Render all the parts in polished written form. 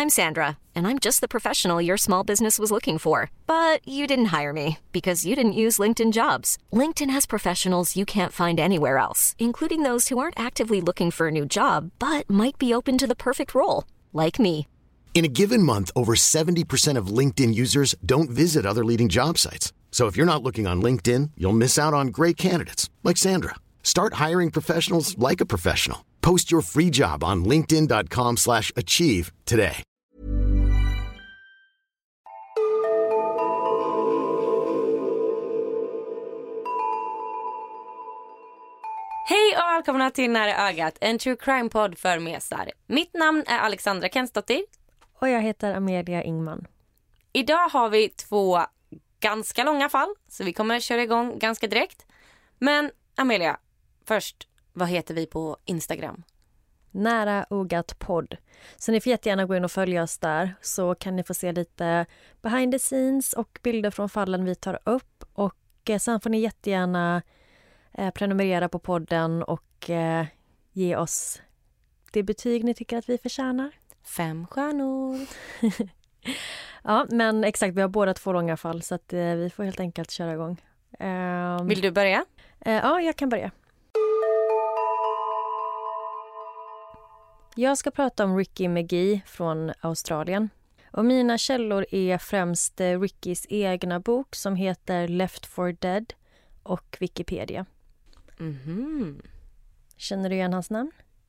I'm Sandra, and I'm just the professional your small business was looking for. But you didn't hire me because you didn't use LinkedIn Jobs. LinkedIn has professionals you can't find anywhere else, including those who aren't actively looking for a new job, but might be open to the perfect role, like me. In a given month, over 70% of LinkedIn users don't visit other leading job sites. So if you're not looking on LinkedIn, you'll miss out on great candidates like Sandra. Start hiring professionals like a professional. Post your free job on linkedin.com/achieve today. Hej och välkomna till Nära ögat, en true crime-podd för mesar. Mitt namn är Alexandra Kensdottir. Och jag heter Amelia Ingman. Idag har vi 2 ganska långa fall, så vi kommer köra igång ganska direkt. Men Amelia, först, vad heter vi på Instagram? Nära ögat podd. Så ni får jättegärna gå in och följa oss där, så kan ni få se lite behind the scenes och bilder från fallen vi tar upp. Och sen får ni jättegärna prenumerera på podden och ge oss det betyg ni tycker att vi förtjänar. 5 stjärnor. Ja, men exakt, vi har båda 2 långa fall, så att vi får helt enkelt köra igång. Vill du börja? Ja, jag kan börja. Jag ska prata om Ricky McGee från Australien. Och mina källor är främst Rickys egna bok som heter Left for Dead och Wikipedia. Känner du igen hans namn?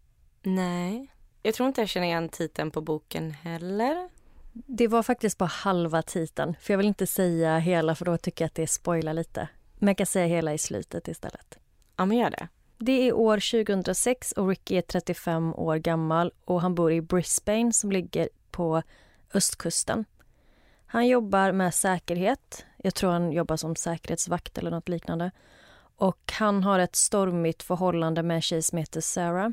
Nej. Jag tror inte jag känner igen titeln på boken heller. Det var faktiskt bara halva titeln. För jag vill inte säga hela, för då tycker jag att det spoilar lite. Men jag kan säga hela i slutet istället. Ja, men gör det. Det är år 2006 och Ricky är 35 år gammal och han bor i Brisbane som ligger på östkusten. Han jobbar med säkerhet. Jag tror han jobbar som säkerhetsvakt eller något liknande. Och han har ett stormigt förhållande med en tjej som heter Sarah.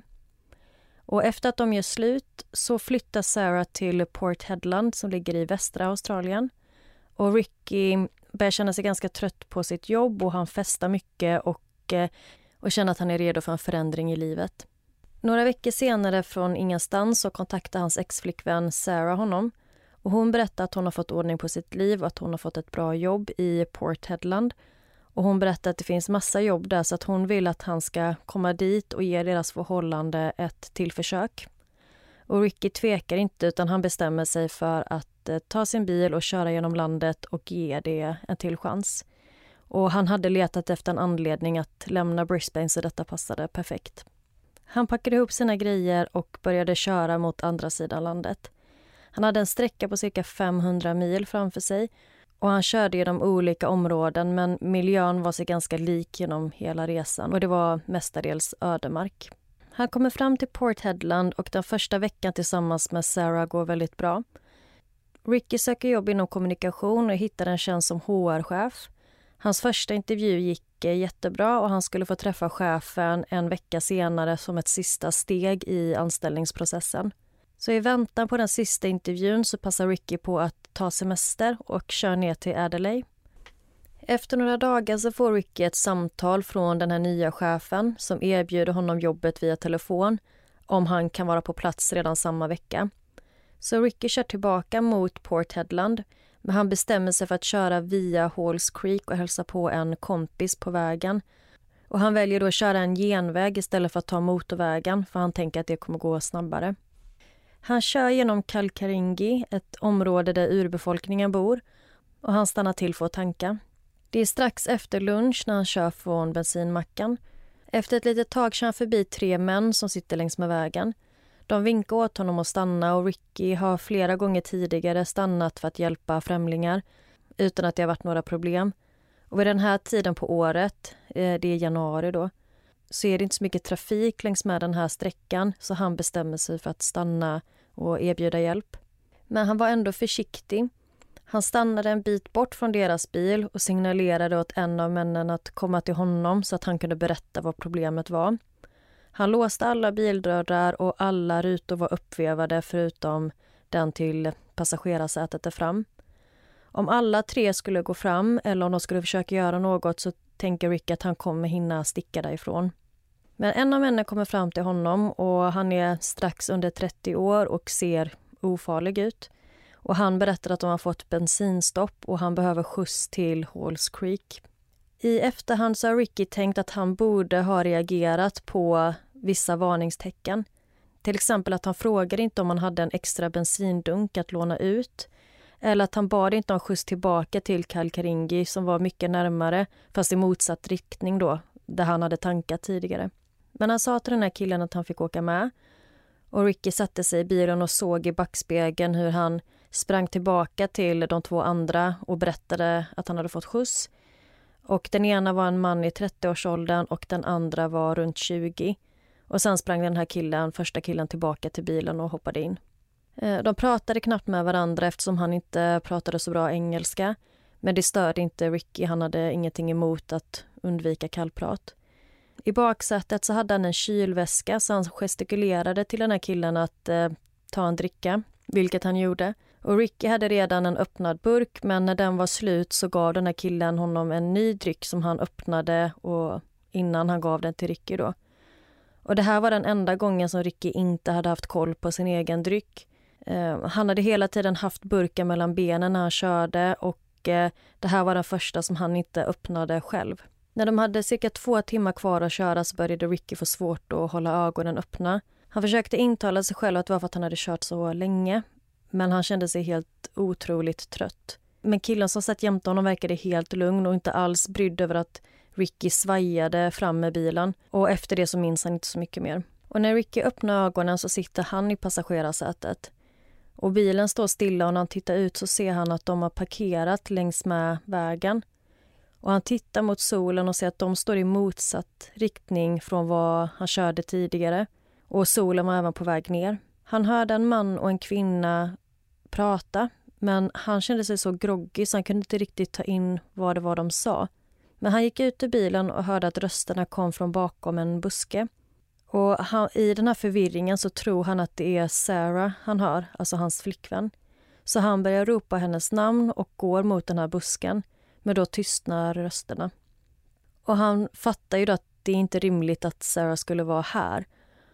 Och efter att de gör slut så flyttar Sarah till Port Hedland som ligger i västra Australien. Och Ricky börjar känna sig ganska trött på sitt jobb och han festar mycket och känner att han är redo för en förändring i livet. Några veckor senare från ingenstans så kontaktar hans exflickvän Sarah honom. Och hon berättar att hon har fått ordning på sitt liv och att hon har fått ett bra jobb i Port Hedland. Och hon berättar att det finns massa jobb där så att hon vill att han ska komma dit och ge deras förhållande ett tillförsök. Och Ricky tvekar inte utan han bestämmer sig för att ta sin bil och köra genom landet och ge det en till chans. Och han hade letat efter en anledning att lämna Brisbane så detta passade perfekt. Han packade ihop sina grejer och började köra mot andra sidan landet. Han hade en sträcka på cirka 500 mil framför sig. Och han körde genom olika områden men miljön var sig ganska lik genom hela resan och det var mestadels ödemark. Han kommer fram till Port Hedland och den första veckan tillsammans med Sarah går väldigt bra. Ricky söker jobb inom kommunikation och hittar en tjänst som HR-chef. Hans första intervju gick jättebra och han skulle få träffa chefen en vecka senare som ett sista steg i anställningsprocessen. Så i väntan på den sista intervjun så passar Ricky på att ta semester och kör ner till Adelaide. Efter några dagar så får Ricky ett samtal från den här nya chefen som erbjuder honom jobbet via telefon om han kan vara på plats redan samma vecka. Så Ricky kör tillbaka mot Port Hedland men han bestämmer sig för att köra via Halls Creek och hälsa på en kompis på vägen. Och han väljer då att köra en genväg istället för att ta motorvägen för han tänker att det kommer gå snabbare. Han kör genom Kalkaringi, ett område där urbefolkningen bor, och han stannar till för att tanka. Det är strax efter lunch när han kör från bensinmacken. Efter ett litet tag kör han förbi 3 män som sitter längs med vägen. De vinkar åt honom att stanna och Ricky har flera gånger tidigare stannat för att hjälpa främlingar utan att det har varit några problem. Och vid den här tiden på året, det är januari då, så är det inte så mycket trafik längs med den här sträckan så han bestämmer sig för att stanna och erbjuda hjälp. Men han var ändå försiktig. Han stannade en bit bort från deras bil och signalerade åt en av männen att komma till honom så att han kunde berätta vad problemet var. Han låste alla bildörrar och alla rutor var uppvevade förutom den till passagerarsätet där fram. Om alla 3 skulle gå fram eller om de skulle försöka göra något så tänker Rick att han kommer hinna sticka därifrån. Men en av männen kommer fram till honom och han är strax under 30 år och ser ofarlig ut. Och han berättade att de har fått bensinstopp och han behöver skjuts till Halls Creek. I efterhand så har Ricky tänkt att han borde ha reagerat på vissa varningstecken. Till exempel att han frågade inte om han hade en extra bensindunk att låna ut. Eller att han bad inte om skjuts tillbaka till Kalkaringi som var mycket närmare, fast i motsatt riktning då, där han hade tankat tidigare. Men han sa till den här killen att han fick åka med. Och Ricky satte sig i bilen och såg i backspegeln hur han sprang tillbaka till de två andra och berättade att han hade fått skjuts. Och den ena var en man i 30-årsåldern och den andra var runt 20. Och sen sprang den här första killen tillbaka till bilen och hoppade in. De pratade knappt med varandra eftersom han inte pratade så bra engelska. Men det störde inte Ricky, han hade ingenting emot att undvika kallprat. I baksätet så hade han en kylväska så han gestikulerade till den här killen att ta en dricka, vilket han gjorde. Och Ricky hade redan en öppnad burk men när den var slut så gav den här killen honom en ny dryck som han öppnade och innan han gav den till Ricky då. Och det här var den enda gången som Ricky inte hade haft koll på sin egen dryck. Han hade hela tiden haft burken mellan benen när han körde och det här var den första som han inte öppnade själv. När de hade cirka 2 timmar kvar att köra så började Ricky få svårt att hålla ögonen öppna. Han försökte intala sig själv att det var för att han hade kört så länge. Men han kände sig helt otroligt trött. Men killen som satt jämte honom verkade helt lugn och inte alls brydd över att Ricky svajade fram med bilen. Och efter det så minns han inte så mycket mer. Och när Ricky öppnar ögonen så sitter han i passagerarsätet. Och bilen står stilla och när han tittar ut så ser han att de har parkerat längs med vägen. Och han tittar mot solen och ser att de står i motsatt riktning från vad han körde tidigare. Och solen var även på väg ner. Han hörde en man och en kvinna prata, men han kände sig så groggy så han kunde inte riktigt ta in vad det var de sa. Men han gick ut ur bilen och hörde att rösterna kom från bakom en buske. Och i den här förvirringen så tror han att det är Sarah han hör, alltså hans flickvän. Så han börjar ropa hennes namn och går mot den här busken, men då tystnar rösterna. Och han fattar ju då att det är inte rimligt att Sarah skulle vara här.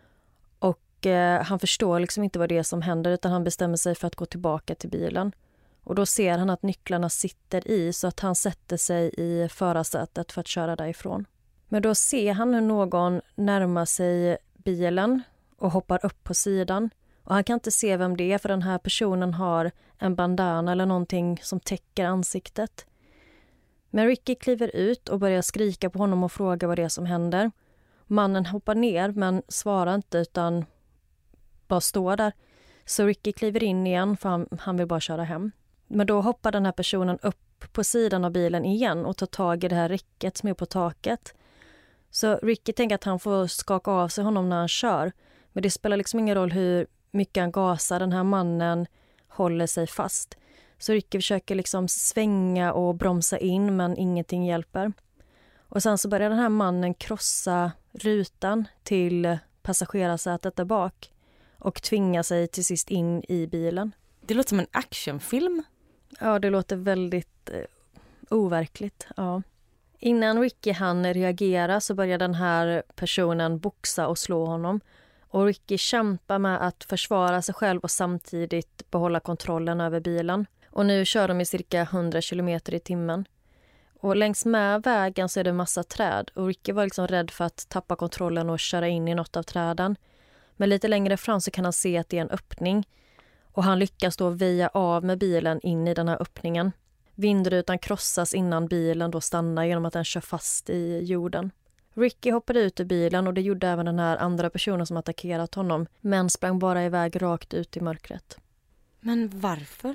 Han förstår liksom inte vad det är som händer utan han bestämmer sig för att gå tillbaka till bilen. Och då ser han att nycklarna sitter i så att han sätter sig i förarsätet för att köra därifrån. Men då ser han hur någon närmar sig bilen och hoppar upp på sidan. Och han kan inte se vem det är för den här personen har en bandana eller någonting som täcker ansiktet. Men Ricky kliver ut och börjar skrika på honom och fråga vad det är som händer. Mannen hoppar ner men svarar inte utan bara står där. Så Ricky kliver in igen för han vill bara köra hem. Men då hoppar den här personen upp på sidan av bilen igen och tar tag i det här räcket som är på taket. Så Ricky tänker att han får skaka av sig honom när han kör. Men det spelar liksom ingen roll hur mycket han gasar. Den här mannen håller sig fast. Så Ricky försöker liksom svänga och bromsa in men ingenting hjälper. Och sen så börjar den här mannen krossa rutan till passagerarsätet där bak och tvinga sig till sist in i bilen. Det låter som en actionfilm. Ja, det låter väldigt overkligt. Ja. Innan Ricky hann reagera så börjar den här personen boxa och slå honom. Och Ricky kämpar med att försvara sig själv och samtidigt behålla kontrollen över bilen. Och nu kör de i cirka 100 kilometer i timmen. Och längs med vägen så är det en massa träd. Och Ricky var liksom rädd för att tappa kontrollen och köra in i något av träden. Men lite längre fram så kan han se att det är en öppning. Och han lyckas då väja av med bilen in i den här öppningen. Vindrutan krossas innan bilen då stannar genom att den kör fast i jorden. Ricky hoppade ut ur bilen och det gjorde även den här andra personen som attackerat honom. Men sprang bara iväg rakt ut i mörkret. Men varför?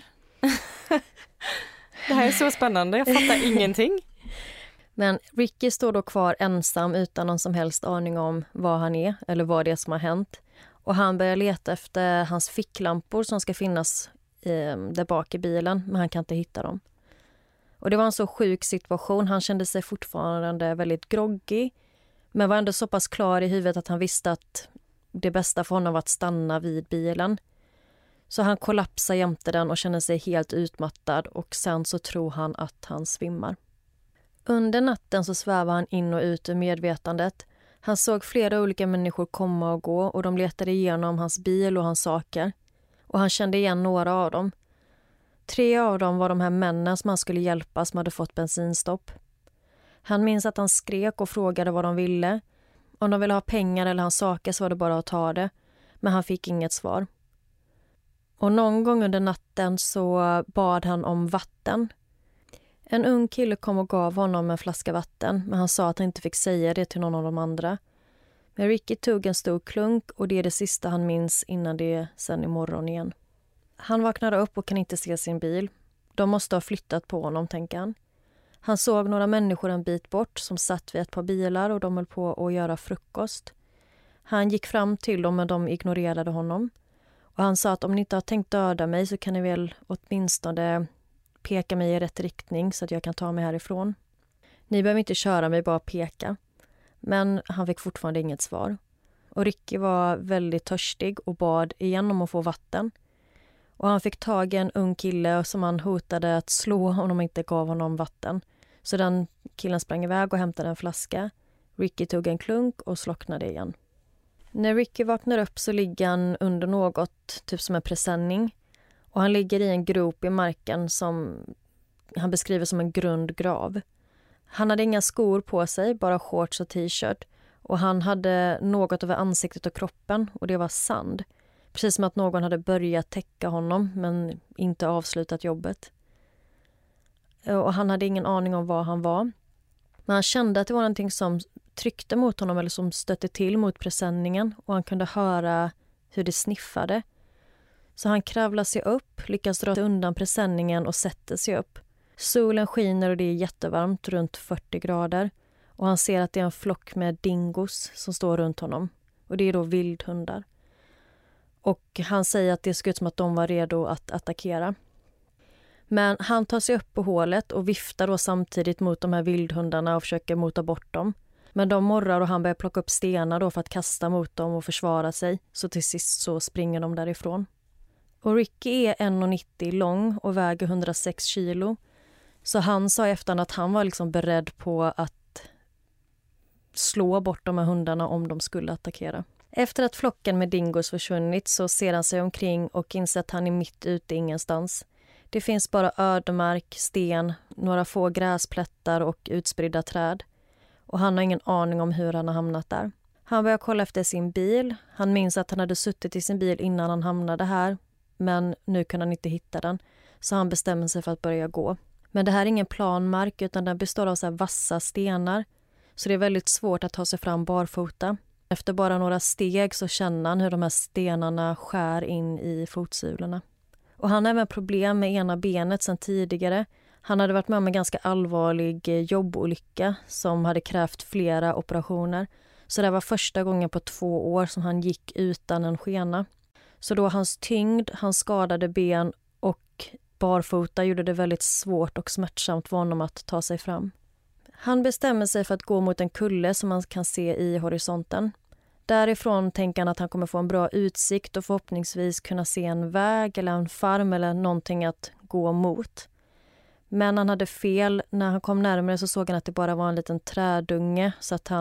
Det här är så spännande, jag fattar ingenting. Men Ricky står då kvar ensam utan någon som helst aning om vad han är eller vad det är som har hänt. Och han börjar leta efter hans ficklampor som ska finnas där bak i bilen, men han kan inte hitta dem. Och det var en så sjuk situation, han kände sig fortfarande väldigt groggy, men var ändå så pass klar i huvudet att han visste att det bästa för honom var att stanna vid bilen. Så han kollapsar jämte den och känner sig helt utmattad och sen så tror han att han svimmar. Under natten så svävar han in och ut ur medvetandet. Han såg flera olika människor komma och gå och de letade igenom hans bil och hans saker. och han kände igen några av dem. 3 av dem var de här männen som han skulle hjälpa som hade fått bensinstopp. Han minns att han skrek och frågade vad de ville. Om de ville ha pengar eller hans saker så var det bara att ta det. Men han fick inget svar. Och någon gång under natten så bad han om vatten. En ung kille kom och gav honom en flaska vatten, men han sa att han inte fick säga det till någon av de andra. Men Ricky tog en stor klunk och det är det sista han minns innan det är sen imorgon igen. Han vaknar upp och kan inte se sin bil. De måste ha flyttat på honom, tänker han. Han såg några människor en bit bort som satt vid ett par bilar och de höll på att göra frukost. Han gick fram till dem men de ignorerade honom. Och han sa att om ni inte har tänkt döda mig så kan ni väl åtminstone peka mig i rätt riktning så att jag kan ta mig härifrån. Ni behöver inte köra mig, bara peka. Men han fick fortfarande inget svar. Och Ricky var väldigt törstig och bad igen om att få vatten. Och han fick tag i en ung kille som han hotade att slå om de inte gav honom vatten. Så den killen sprang iväg och hämtade en flaska. Ricky tog en klunk och slocknade igen. När Ricky vaknar upp så ligger han under något, typ som en presenning. Och han ligger i en grop i marken som han beskriver som en grund grav. Han hade inga skor på sig, bara shorts och t-shirt. Och han hade något över ansiktet och kroppen och det var sand. Precis som att någon hade börjat täcka honom men inte avslutat jobbet. Och han hade ingen aning om var han var. Men han kände att det var någonting som tryckte mot honom eller som stötte till mot presenningen. Och han kunde höra hur det sniffade. Så han kravlar sig upp, lyckas dra undan presenningen och sätter sig upp. Solen skiner och det är jättevarmt, runt 40 grader. Och han ser att det är en flock med dingos som står runt honom. Och det är då vildhundar. Och han säger att det såg ut som att de var redo att attackera. Men han tar sig upp på hålet och viftar då samtidigt mot de här vildhundarna och försöker mota bort dem. Men de morrar och han börjar plocka upp stenar då för att kasta mot dem och försvara sig. Så till sist så springer de därifrån. Och Ricky är 1,90 lång och väger 106 kilo. Så han sa efter att han var liksom beredd på att slå bort de här hundarna om de skulle attackera. Efter att flocken med dingos försvunnit så ser han sig omkring och inser att han är mitt ute ingenstans. Det finns bara ödemark, sten, några få gräsplättar och utspridda träd. Och han har ingen aning om hur han har hamnat där. Han börjar kolla efter sin bil. Han minns att han hade suttit i sin bil innan han hamnade här. Men nu kunde han inte hitta den. Så han bestämmer sig för att börja gå. Men det här är ingen plan mark utan den består av så här vassa stenar. Så det är väldigt svårt att ta sig fram barfota. Efter bara några steg så känner han hur de här stenarna skär in i fotsulorna. Och han har även problem med ena benet sedan tidigare. Han hade varit med om en ganska allvarlig jobbolycka som hade krävt flera operationer. Så det var första gången på 2 år som han gick utan en skena. Så då hans tyngd, hans skadade ben och barfota gjorde det väldigt svårt och smärtsamt för honom att ta sig fram. Han bestämmer sig för att gå mot en kulle som man kan se i horisonten. Därifrån tänker han att han kommer få en bra utsikt och förhoppningsvis kunna se en väg eller en farm eller någonting att gå mot. Men han hade fel. När han kom närmare så såg han att det bara var en liten trädunge så att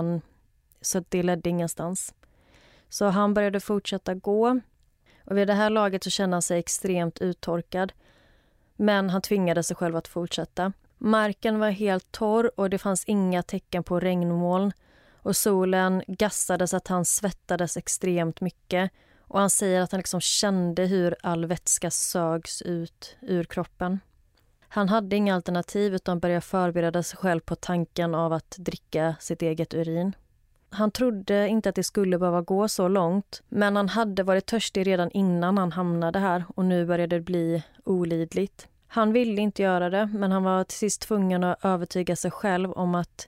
det ledde ingenstans. Så han började fortsätta gå och vid det här laget så kände han sig extremt uttorkad. Men han tvingade sig själv att fortsätta. Marken var helt torr och det fanns inga tecken på regnmoln. Och solen gassade så att han svettades extremt mycket. Och han säger att han liksom kände hur all vätska sögs ut ur kroppen. Han hade inga alternativ utan började förbereda sig själv på tanken av att dricka sitt eget urin. Han trodde inte att det skulle behöva gå så långt. Men han hade varit törstig redan innan han hamnade här och nu började det bli olidligt. Han ville inte göra det men han var till sist tvungen att övertyga sig själv om att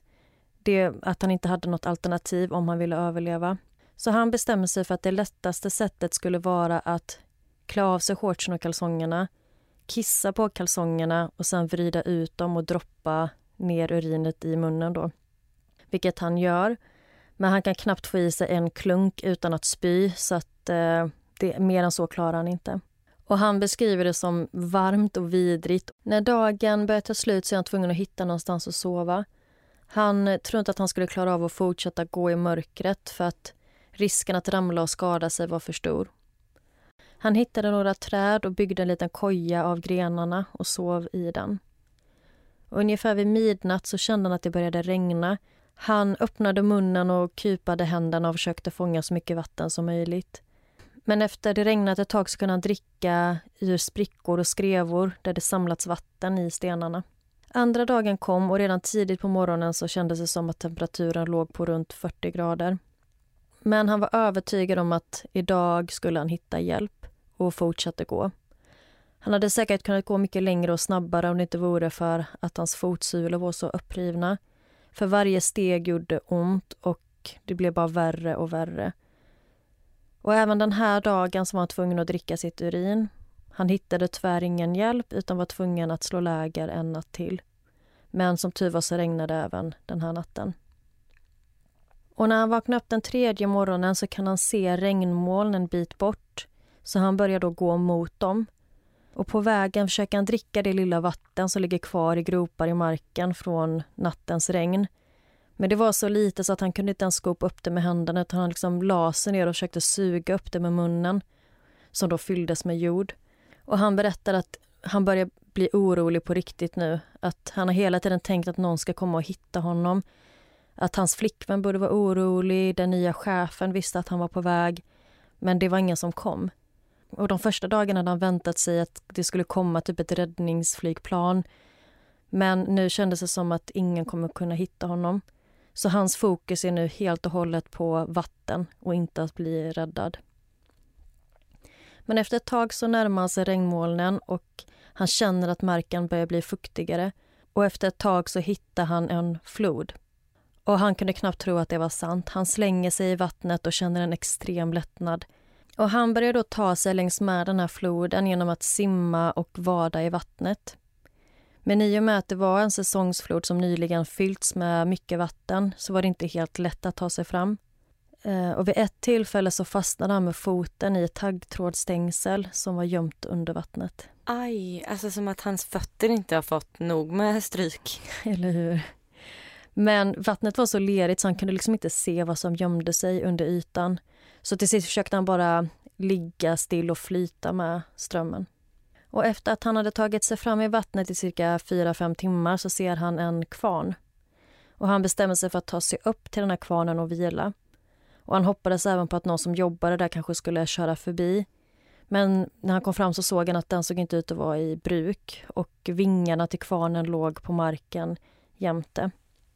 han inte hade något alternativ om han ville överleva. Så han bestämde sig för att det lättaste sättet skulle vara att klä av sig shortsen och kalsongerna, kissa på kalsongerna och sen vrida ut dem och droppa ner urinet i munnen då. Vilket han gör. Men han kan knappt få i sig en klunk utan att spy så att mer än så klarar han inte. Och han beskriver det som varmt och vidrigt. När dagen börjar ta slut så är han tvungen att hitta någonstans att sova. Han tror inte att han skulle klara av att fortsätta gå i mörkret för att risken att ramla och skada sig var för stor. Han hittade några träd och byggde en liten koja av grenarna och sov i den. Och ungefär vid midnatt så kände han att det började regna. Han öppnade munnen och kupade händerna och försökte fånga så mycket vatten som möjligt. Men efter det regnat ett tag så kunde han dricka ur sprickor och skrevor där det samlats vatten i stenarna. Andra dagen kom och redan tidigt på morgonen så kändes det som att temperaturen låg på runt 40 grader. Men han var övertygad om att idag skulle han hitta hjälp och fortsatte gå. Han hade säkert kunnat gå mycket längre och snabbare om det inte vore för att hans fotsulor var så upprivna. För varje steg gjorde ont och det blev bara värre och värre. Och även den här dagen så var han tvungen att dricka sitt urin. Han hittade tyvärr ingen hjälp utan var tvungen att slå läger en natt till. Men som tur var så regnade även den här natten. Och när han vaknade upp den 3:e morgonen så kan han se regnmoln en bit bort. Så han börjar då gå mot dem. Och på vägen försöker han dricka det lilla vatten som ligger kvar i gropar i marken från nattens regn. Men det var så lite så att han kunde inte ens skopa upp det med händerna utan han liksom la sig ner och försökte suga upp det med munnen som då fylldes med jord. Och han berättade att han börjar bli orolig på riktigt nu. Att han har hela tiden tänkt att någon ska komma och hitta honom. Att hans flickvän borde vara orolig, den nya chefen visste att han var på väg. Men det var ingen som kom. Och de första dagarna hade han väntat sig att det skulle komma typ ett räddningsflygplan. Men nu kändes det som att ingen kommer kunna hitta honom. Så hans fokus är nu helt och hållet på vatten och inte att bli räddad. Men efter ett tag så närmar sig regnmolnen och han känner att marken börjar bli fuktigare. Och efter ett tag så hittar han en flod. Och han kunde knappt tro att det var sant. Han slänger sig i vattnet och känner en extrem lättnad. Och han börjar då ta sig längs med den här floden genom att simma och vada i vattnet. Men i och med att det var en säsongsflod som nyligen fyllts med mycket vatten så var det inte helt lätt att ta sig fram. Och vid ett tillfälle så fastnade han med foten i ett taggtrådstängsel som var gömt under vattnet. Aj, alltså som att hans fötter inte har fått nog med stryk. Eller hur? Men vattnet var så lerigt så han kunde liksom inte se vad som gömde sig under ytan. Så till sist försökte han bara ligga still och flyta med strömmen. Och efter att han hade tagit sig fram i vattnet i cirka 4-5 timmar så ser han en kvarn. Och han bestämmer sig för att ta sig upp till den här kvarnen och vila. Och han hoppades även på att någon som jobbade där kanske skulle köra förbi. Men när han kom fram så såg han att den såg inte ut att vara i bruk. Och vingarna till kvarnen låg på marken jämte.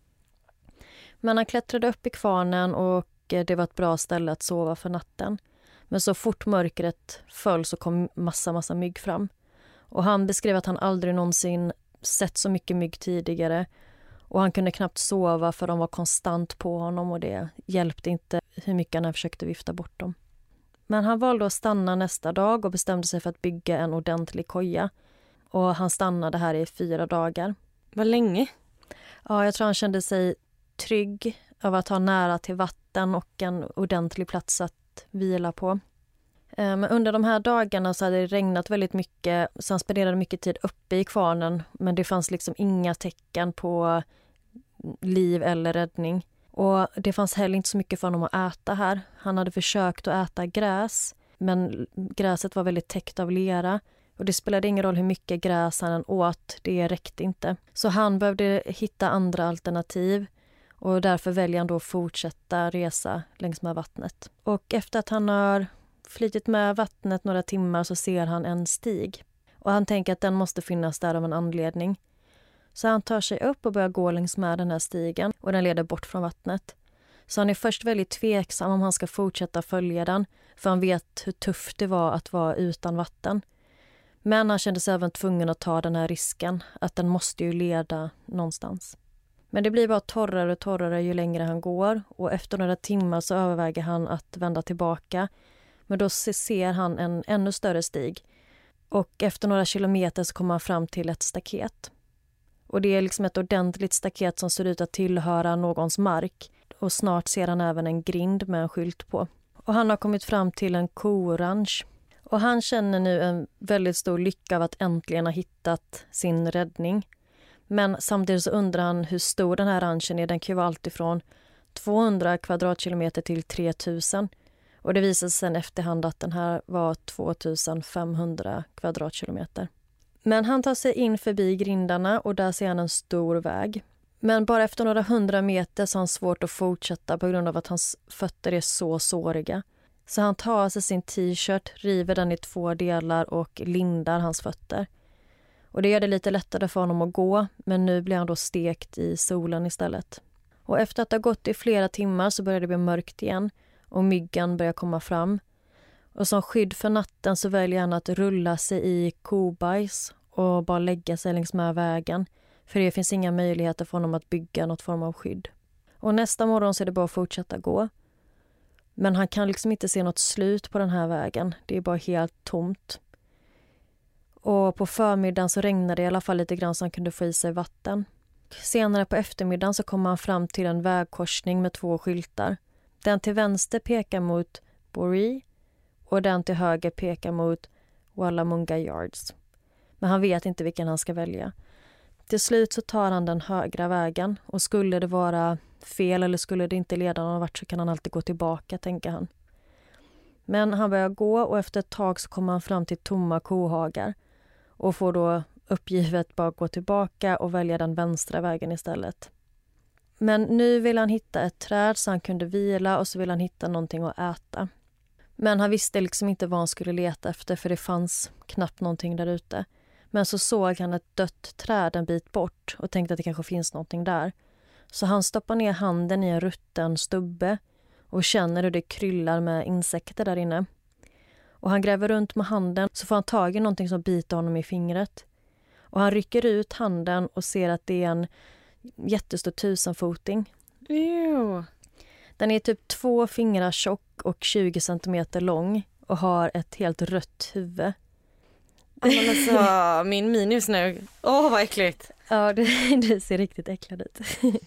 Men han klättrade upp i kvarnen och det var ett bra ställe att sova för natten. Men så fort mörkret föll så kom massa mygg fram. Och han beskrev att han aldrig någonsin sett så mycket mygg tidigare. Och han kunde knappt sova för de var konstant på honom och det hjälpte inte hur mycket han försökte vifta bort dem. Men han valde att stanna nästa dag och bestämde sig för att bygga en ordentlig koja. Och han stannade här i 4 dagar. Vad länge? Ja, jag tror han kände sig trygg av att ha nära till vatten och en ordentlig plats att vila på. Men under de här dagarna så hade det regnat väldigt mycket så han spenderade mycket tid uppe i kvarnen men det fanns liksom inga tecken på liv eller räddning. Och det fanns heller inte så mycket för honom att äta här. Han hade försökt att äta gräs men gräset var väldigt täckt av lera. Och det spelade ingen roll hur mycket gräs han åt, det räckte inte. Så han behövde hitta andra alternativ. Och därför väljer han då att fortsätta resa längs med vattnet. Och efter att han har flytit med vattnet några timmar så ser han en stig. Och han tänker att den måste finnas där av en anledning. Så han tar sig upp och börjar gå längs med den här stigen. Och den leder bort från vattnet. Så han är först väldigt tveksam om han ska fortsätta följa den. För han vet hur tufft det var att vara utan vatten. Men han kände sig även tvungen att ta den här risken. Att den måste ju leda någonstans. Men det blir bara torrare och torrare ju längre han går. Och efter några timmar så överväger han att vända tillbaka. Men då ser han en ännu större stig. Och efter några kilometer så kommer han fram till ett staket. Och det är liksom ett ordentligt staket som ser ut att tillhöra någons mark. Och snart ser han även en grind med en skylt på. Och han har kommit fram till en koranch. Och han känner nu en väldigt stor lycka av att äntligen ha hittat sin räddning. Men samtidigt så undrar han hur stor den här ranchen är. Den kan ju vara allt ifrån 200 kvadratkilometer till 3000. Och det visade sig sen efterhand att den här var 2500 kvadratkilometer. Men han tar sig in förbi grindarna och där ser han en stor väg. Men bara efter några 100 meter så har han svårt att fortsätta på grund av att hans fötter är så såriga. Så han tar sig sin t-shirt, river den i 2 delar och lindar hans fötter. Och det gör det lite lättare för honom att gå, men nu blir han då stekt i solen istället. Och efter att det har gått i flera timmar så börjar det bli mörkt igen och myggan börjar komma fram. Och som skydd för natten så väljer han att rulla sig i kobajs och bara lägga sig längs med vägen. För det finns inga möjligheter för honom att bygga något form av skydd. Och nästa morgon så är det bara att fortsätta gå. Men han kan liksom inte se något slut på den här vägen. Det är bara helt tomt. Och på förmiddagen så regnade det i alla fall lite grann så han kunde få i sig vatten. Senare på eftermiddagen så kommer han fram till en vägkorsning med 2 skyltar. Den till vänster pekar mot Boree och den till höger pekar mot Wallamunga Yards. Men han vet inte vilken han ska välja. Till slut så tar han den högra vägen och skulle det vara fel eller skulle det inte leda någon vart så kan han alltid gå tillbaka, tänker han. Men han börjar gå och efter ett tag så kommer han fram till tomma kohagar och får då uppgivet bara gå tillbaka och välja den vänstra vägen istället. Men nu vill han hitta ett träd så han kunde vila och så vill han hitta någonting att äta. Men han visste liksom inte vad han skulle leta efter för det fanns knappt någonting där ute. Men så såg han ett dött träd en bit bort och tänkte att det kanske finns någonting där. Så han stoppar ner handen i en rutten stubbe och känner hur det kryllar med insekter där inne. Och han gräver runt med handen så får han tag i någonting som biter honom i fingret. Och han rycker ut handen och ser att det är en jättestor 1000-foting. Ew. Den är typ 2 fingrar tjock och 20 centimeter lång och har ett helt rött huvud. Men alltså, min minus nu. Vad äckligt. Ja, det ser riktigt äckligt ut.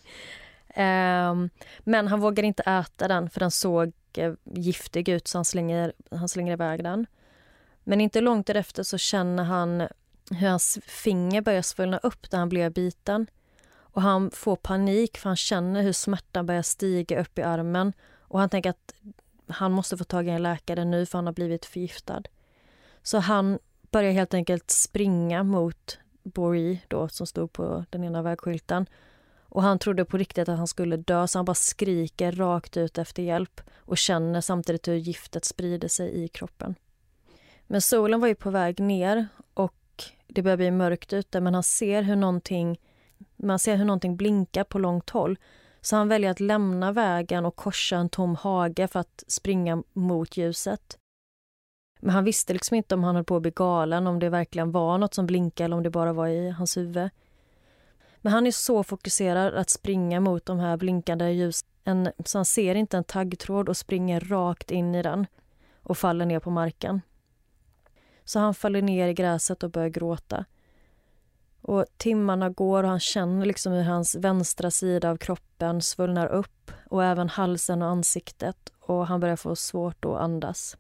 Men han vågar inte äta den för den såg giftig ut så han slänger iväg den. Men inte långt därefter så känner han hur hans finger börjar svullna upp där han blev biten. Och han får panik för han känner hur smärtan börjar stiga upp i armen. Och han tänker att han måste få tag i en läkare nu för han har blivit förgiftad. Så han börjar helt enkelt springa mot Boree då som stod på den ena vägskylten. Och han trodde på riktigt att han skulle dö så han bara skriker rakt ut efter hjälp och känner samtidigt hur giftet sprider sig i kroppen. Men solen var ju på väg ner och det börjar bli mörkt ute men man ser hur någonting blinkar på långt håll. Så han väljer att lämna vägen och korsa en tom hage för att springa mot ljuset. Men han visste liksom inte om han höll på att bli galen, om det verkligen var något som blinkade eller om det bara var i hans huvud. Men han är så fokuserad att springa mot de här blinkande ljus. Så han ser inte en taggtråd och springer rakt in i den och faller ner på marken. Så han faller ner i gräset och börjar gråta. Och timmarna går och han känner liksom hur hans vänstra sida av kroppen svullnar upp och även halsen och ansiktet och han börjar få svårt att andas.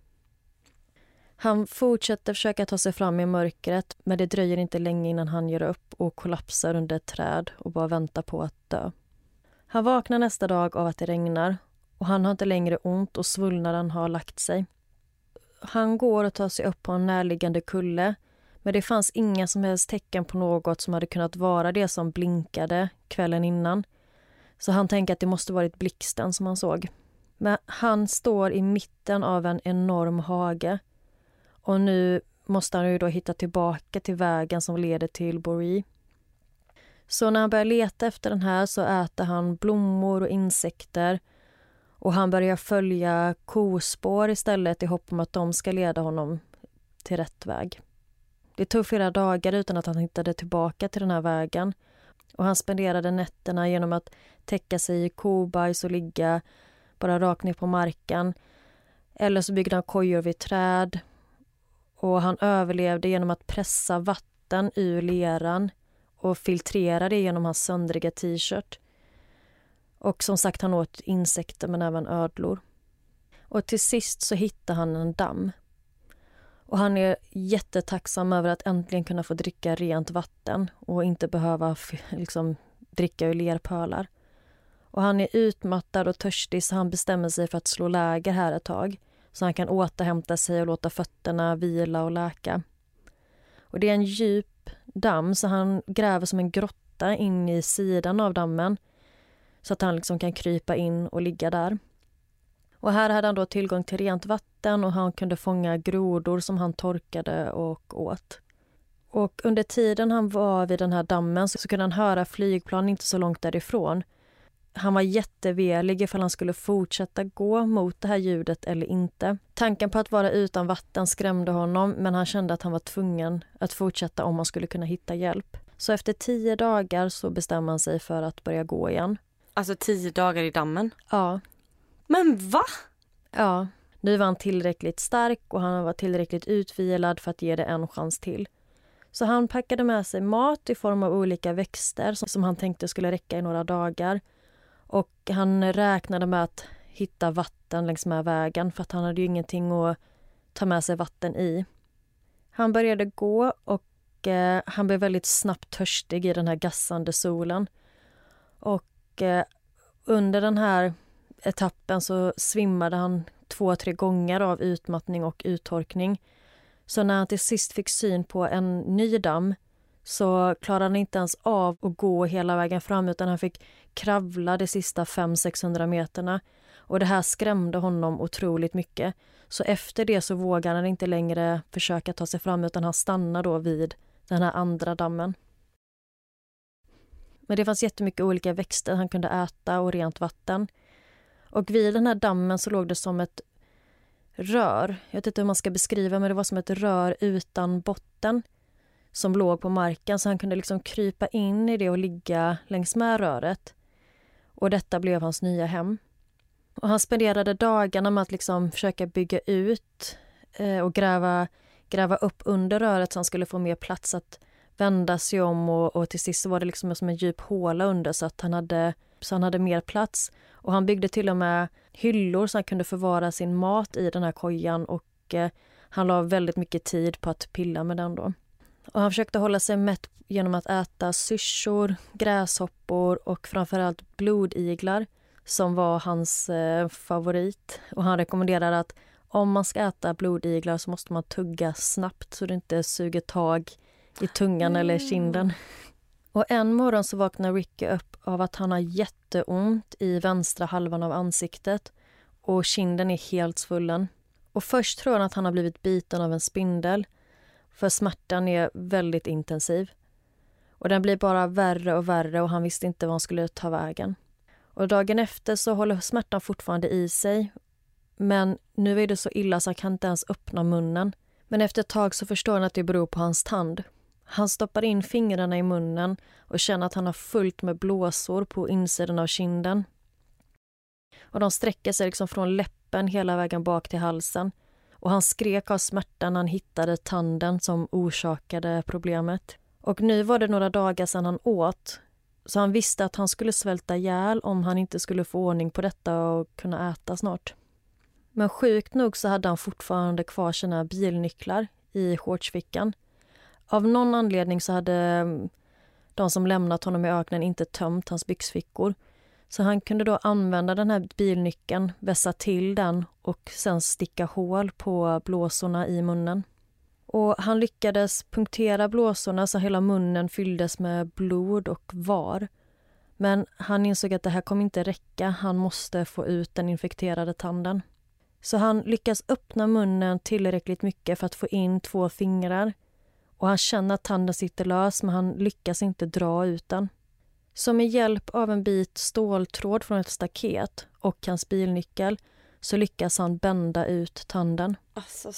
Han fortsätter försöka ta sig fram i mörkret men det dröjer inte länge innan han ger upp och kollapsar under ett träd och bara väntar på att dö. Han vaknar nästa dag av att det regnar och han har inte längre ont och svullnaden har lagt sig. Han går och tar sig upp på en närliggande kulle men det fanns inga som helst tecken på något som hade kunnat vara det som blinkade kvällen innan. Så han tänker att det måste varit blixten som han såg. Men han står i mitten av en enorm hage. Och nu måste han ju då hitta tillbaka till vägen som leder till Boree. Så när han börjar leta efter den här så äter han blommor och insekter. Och han börjar följa kospår istället i hopp om att de ska leda honom till rätt väg. Det tog flera dagar utan att han hittade tillbaka till den här vägen. Och han spenderade nätterna genom att täcka sig i kobajs och ligga bara rakt ner på marken. Eller så byggde han kojor vid träd. Och han överlevde genom att pressa vatten ur leran och filtrera det genom hans söndriga t-shirt. Och som sagt han åt insekter men även ödlor. Och till sist så hittar han en damm. Och han är jättetacksam över att äntligen kunna få dricka rent vatten och inte behöva dricka ur lerpölar. Och han är utmattad och törstig så han bestämmer sig för att slå läger här ett tag. så han kan återhämta sig och låta fötterna vila och läka. Och det är en djup damm, så han gräver som en grotta in i sidan av dammen så att han liksom kan krypa in och ligga där. Och här hade han då tillgång till rent vatten och han kunde fånga grodor som han torkade och åt. Och under tiden han var vid den här dammen så kunde han höra flygplan inte så långt därifrån. Han var jättevelig ifall han skulle fortsätta gå mot det här ljudet eller inte. Tanken på att vara utan vatten skrämde honom, men han kände att han var tvungen att fortsätta om han skulle kunna hitta hjälp. Så efter 10 dagar så bestämde han sig för att börja gå igen. Alltså 10 dagar i dammen? Ja. Men va? Ja, nu var han tillräckligt stark och han var tillräckligt utvilad för att ge det en chans till. Så han packade med sig mat i form av olika växter som han tänkte skulle räcka i några dagar. Och han räknade med att hitta vatten längs med vägen för att han hade ju ingenting att ta med sig vatten i. Han började gå och han blev väldigt snabbt törstig i den här gassande solen. Och under den här etappen så svimmade han 2-3 gånger av utmattning och uttorkning. Så när han till sist fick syn på en ny damm så klarade han inte ens av att gå hela vägen fram, utan han fick kravla de sista 500-600 meterna. Och det här skrämde honom otroligt mycket. Så efter det så vågade han inte längre försöka ta sig fram, utan han stannade då vid den här andra dammen. Men det fanns jättemycket olika växter han kunde äta och rent vatten. Och vid den här dammen så låg det som ett rör. Jag vet inte hur man ska beskriva, men det var som ett rör utan botten som låg på marken, så han kunde liksom krypa in i det och ligga längs med röret. Och detta blev hans nya hem. Och han spenderade dagarna med att liksom försöka bygga ut och gräva upp under röret så han skulle få mer plats att vända sig om, och till sist så var det liksom som en djup håla under så att han hade mer plats. Och han byggde till och med hyllor så han kunde förvara sin mat i den här kojan, och han la väldigt mycket tid på att pilla med den då. Och han försökte hålla sig mätt genom att äta syrsor, gräshoppor och framförallt blodiglar som var hans favorit. Och han rekommenderade att om man ska äta blodiglar så måste man tugga snabbt så det inte suger tag i tungan eller kinden. Och en morgon så vaknar Ricky upp av att han har jätteont i vänstra halvan av ansiktet och kinden är helt svullen. Och först tror han att han har blivit biten av en spindel, för smärtan är väldigt intensiv. Och den blir bara värre och värre och han visste inte var han skulle ta vägen. Och dagen efter så håller smärtan fortfarande i sig, men nu är det så illa så han kan inte ens öppna munnen. Men efter ett tag så förstår han att det beror på hans tand. Han stoppar in fingrarna i munnen och känner att han har fullt med blåsor på insidan av kinden. Och de sträcker sig liksom från läppen hela vägen bak till halsen. Och han skrek av smärtan när han hittade tanden som orsakade problemet. Och nu var det några dagar sedan han åt. Så han visste att han skulle svälta ihjäl om han inte skulle få ordning på detta och kunna äta snart. Men sjukt nog så hade han fortfarande kvar sina bilnycklar i shortsfickan. Av någon anledning så hade de som lämnat honom i öknen inte tömt hans byxfickor. Så han kunde då använda den här bilnyckeln, vässa till den och sen sticka hål på blåsorna i munnen. Och han lyckades punktera blåsorna så hela munnen fylldes med blod och var. Men han insåg att det här kommer inte räcka, han måste få ut den infekterade tanden. Så han lyckas öppna munnen tillräckligt mycket för att få in 2 fingrar. Och han känner att tanden sitter lös, men han lyckas inte dra ut den. Så med hjälp av en bit ståltråd från ett staket och hans bilnyckel så lyckas han bända ut tanden. Alltså,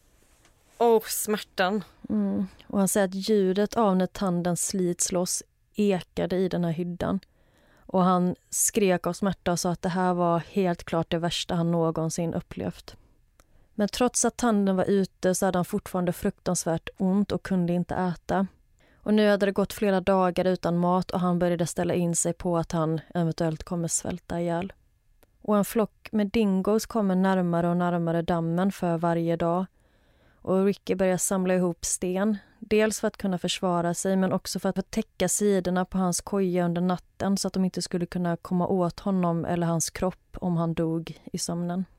smärtan. Och han säger att ljudet av när tanden slits loss ekade i den här hyddan. Och han skrek av smärta och sa att det här var helt klart det värsta han någonsin upplevt. Men trots att tanden var ute så hade han fortfarande fruktansvärt ont och kunde inte äta. Och nu hade det gått flera dagar utan mat och han började ställa in sig på att han eventuellt kommer svälta ihjäl. Och en flock med dingos kommer närmare och närmare dammen för varje dag. Och Ricky börjar samla ihop sten. Dels för att kunna försvara sig men också för att täcka sidorna på hans koja under natten så att de inte skulle kunna komma åt honom eller hans kropp om han dog i sömnen.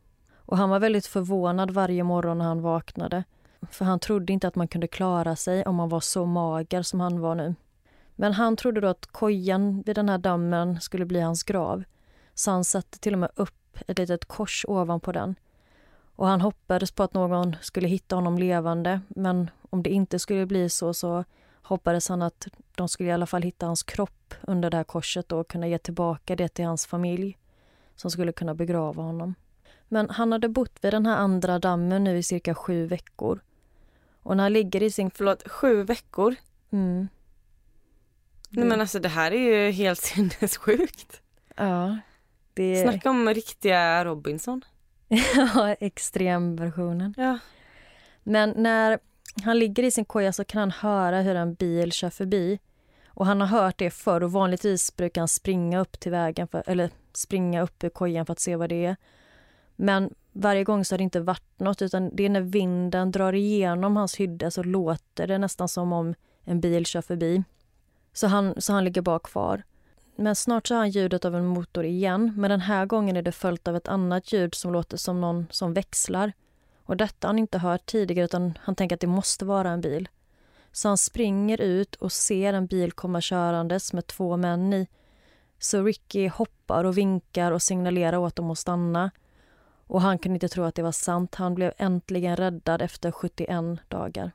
Och han var väldigt förvånad varje morgon när han vaknade. För han trodde inte att man kunde klara sig om man var så mager som han var nu. Men han trodde då att kojan vid den här dammen skulle bli hans grav. Så han satte till och med upp ett litet kors ovanpå den. Och han hoppades på att någon skulle hitta honom levande. Men om det inte skulle bli så hoppades han att de skulle i alla fall hitta hans kropp under det här korset och kunna ge tillbaka det till hans familj som skulle kunna begrava honom. Men han hade bott vid den här andra dammen nu i cirka 7 veckor. Och när han ligger i sin... 7 veckor? Mm. Nej, men alltså det här är ju helt sinnessjukt. Ja. Snacka om riktiga Robinson. Ja, extremversionen. Ja. Men när han ligger i sin koja så kan han höra hur en bil kör förbi. Och han har hört det förr och vanligtvis brukar han springa upp till vägen eller springa upp ur kojan för att se vad det är. Men varje gång så har det inte varit något, utan det är när vinden drar igenom hans hydda så låter det nästan som om en bil kör förbi. Så han ligger bak kvar. Men snart så har han ljudet av en motor igen, men den här gången är det följt av ett annat ljud som låter som någon som växlar. Och detta har han inte hört tidigare, utan han tänker att det måste vara en bil. Så han springer ut och ser en bil komma körandes med 2 män i. Så Ricky hoppar och vinkar och signalerar åt dem att stanna. Och han kunde inte tro att det var sant. Han blev äntligen räddad efter 71 dagar.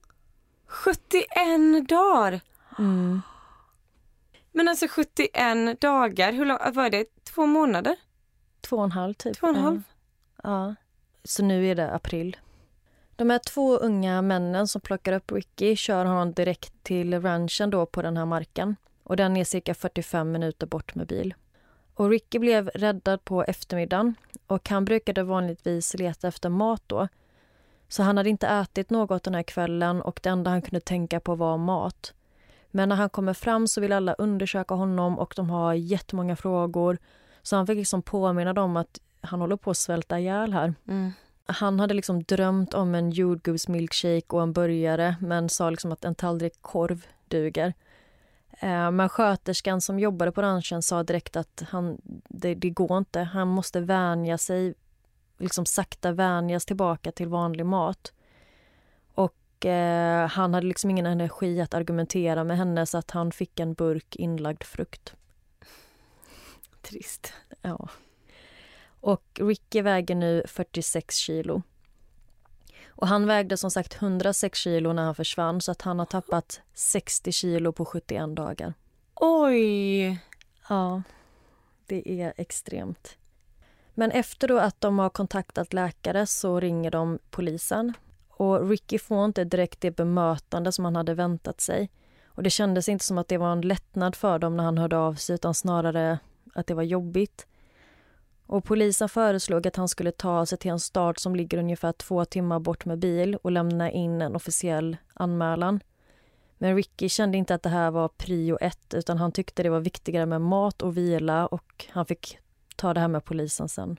71 dagar? Mm. Men alltså 71 dagar, hur lång var det? 2 månader? 2,5 typ. 2,5? Ja. Så nu är det april. De här 2 unga männen som plockar upp Ricky kör honom direkt till ranchen då på den här marken. Och den är cirka 45 minuter bort med bil. Och Ricky blev räddad på eftermiddagen och han brukade vanligtvis leta efter mat då. Så han hade inte ätit något den här kvällen och det enda han kunde tänka på var mat. Men när han kommer fram så vill alla undersöka honom och de har jättemånga frågor. Så han fick liksom påminna dem att han håller på att svälta ihjäl här. Mm. Han hade liksom drömt om en jordgubbsmilkshake och en burgare men sa liksom att en tallrik korv duger. Men sköterskan som jobbade på ranchen sa direkt att det går inte. Han måste vänja sig, liksom sakta vänjas tillbaka till vanlig mat. Och han hade liksom ingen energi att argumentera med henne så att han fick en burk inlagd frukt. Trist. Ja. Och Ricky väger nu 46 kilo. Och han vägde som sagt 106 kilo när han försvann så att han har tappat 60 kilo på 71 dagar. Oj! Ja, det är extremt. Men efter då att de har kontaktat läkare så ringer de polisen. Och Ricky får inte direkt det bemötande som han hade väntat sig. Och det kändes inte som att det var en lättnad för dem när han hörde av sig utan snarare att det var jobbigt. Och polisen föreslog att han skulle ta sig till en stad som ligger ungefär 2 timmar bort med bil och lämna in en officiell anmälan. Men Ricky kände inte att det här var prio 1 utan han tyckte det var viktigare med mat och vila och han fick ta det här med polisen sen.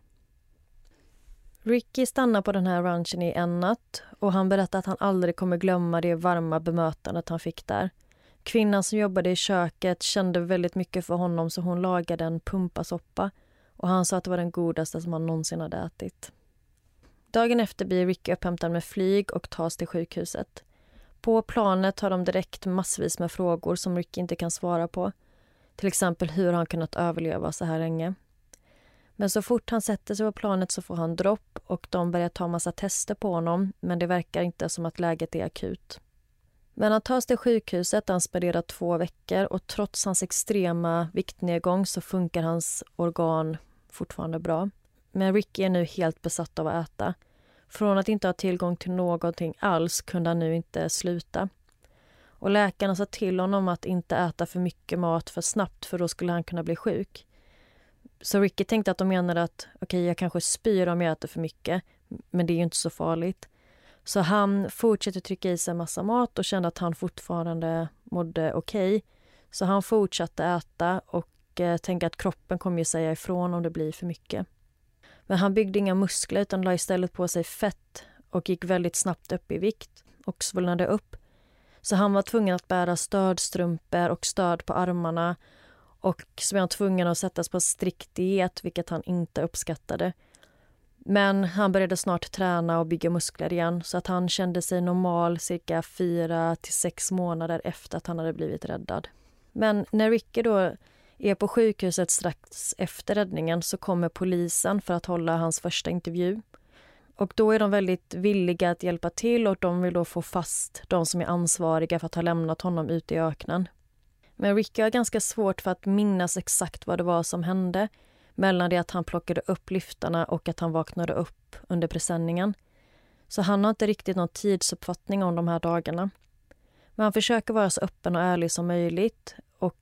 Ricky stannar på den här ranchen i en natt och han berättar att han aldrig kommer glömma det varma bemötandet han fick där. Kvinnan som jobbade i köket kände väldigt mycket för honom så hon lagade en pumpasoppa. Och han sa att det var den godaste som han någonsin hade ätit. Dagen efter blir Ricky upphämtad med flyg och tas till sjukhuset. På planet har de direkt massvis med frågor som Ricky inte kan svara på. Till exempel hur han kunnat överleva så här länge. Men så fort han sätter sig på planet så får han dropp och de börjar ta massa tester på honom. Men det verkar inte som att läget är akut. Men han tas till sjukhuset där han spenderar 2 veckor och trots hans extrema viktnedgång så funkar hans organ fortfarande bra. Men Ricky är nu helt besatt av att äta. Från att inte ha tillgång till någonting alls kunde han nu inte sluta. Och läkarna sa till honom att inte äta för mycket mat för snabbt för då skulle han kunna bli sjuk. Så Ricky tänkte att de menade att okej, jag kanske spyr om jag äter för mycket men det är ju inte så farligt. Så han fortsatte trycka i sig massa mat och kände att han fortfarande mådde okej. Så han fortsatte äta och tänkte att kroppen kommer ju säga ifrån om det blir för mycket. Men han byggde inga muskler utan la istället på sig fett och gick väldigt snabbt upp i vikt och svullnade upp. Så han var tvungen att bära stödstrumpor och stöd på armarna och så var han tvungen att sättas på strikt diet vilket han inte uppskattade. Men han började snart träna och bygga muskler igen så att han kände sig normal cirka 4 till 6 månader efter att han hade blivit räddad. Men när Ricky då är på sjukhuset strax efter räddningen så kommer polisen för att hålla hans första intervju. Och då är de väldigt villiga att hjälpa till och de vill då få fast de som är ansvariga för att ha lämnat honom ute i öknen. Men Ricky har ganska svårt för att minnas exakt vad det var som hände mellan det att han plockade upp lyftarna och att han vaknade upp under presenningen. Så han har inte riktigt någon tidsuppfattning om de här dagarna. Men han försöker vara så öppen och ärlig som möjligt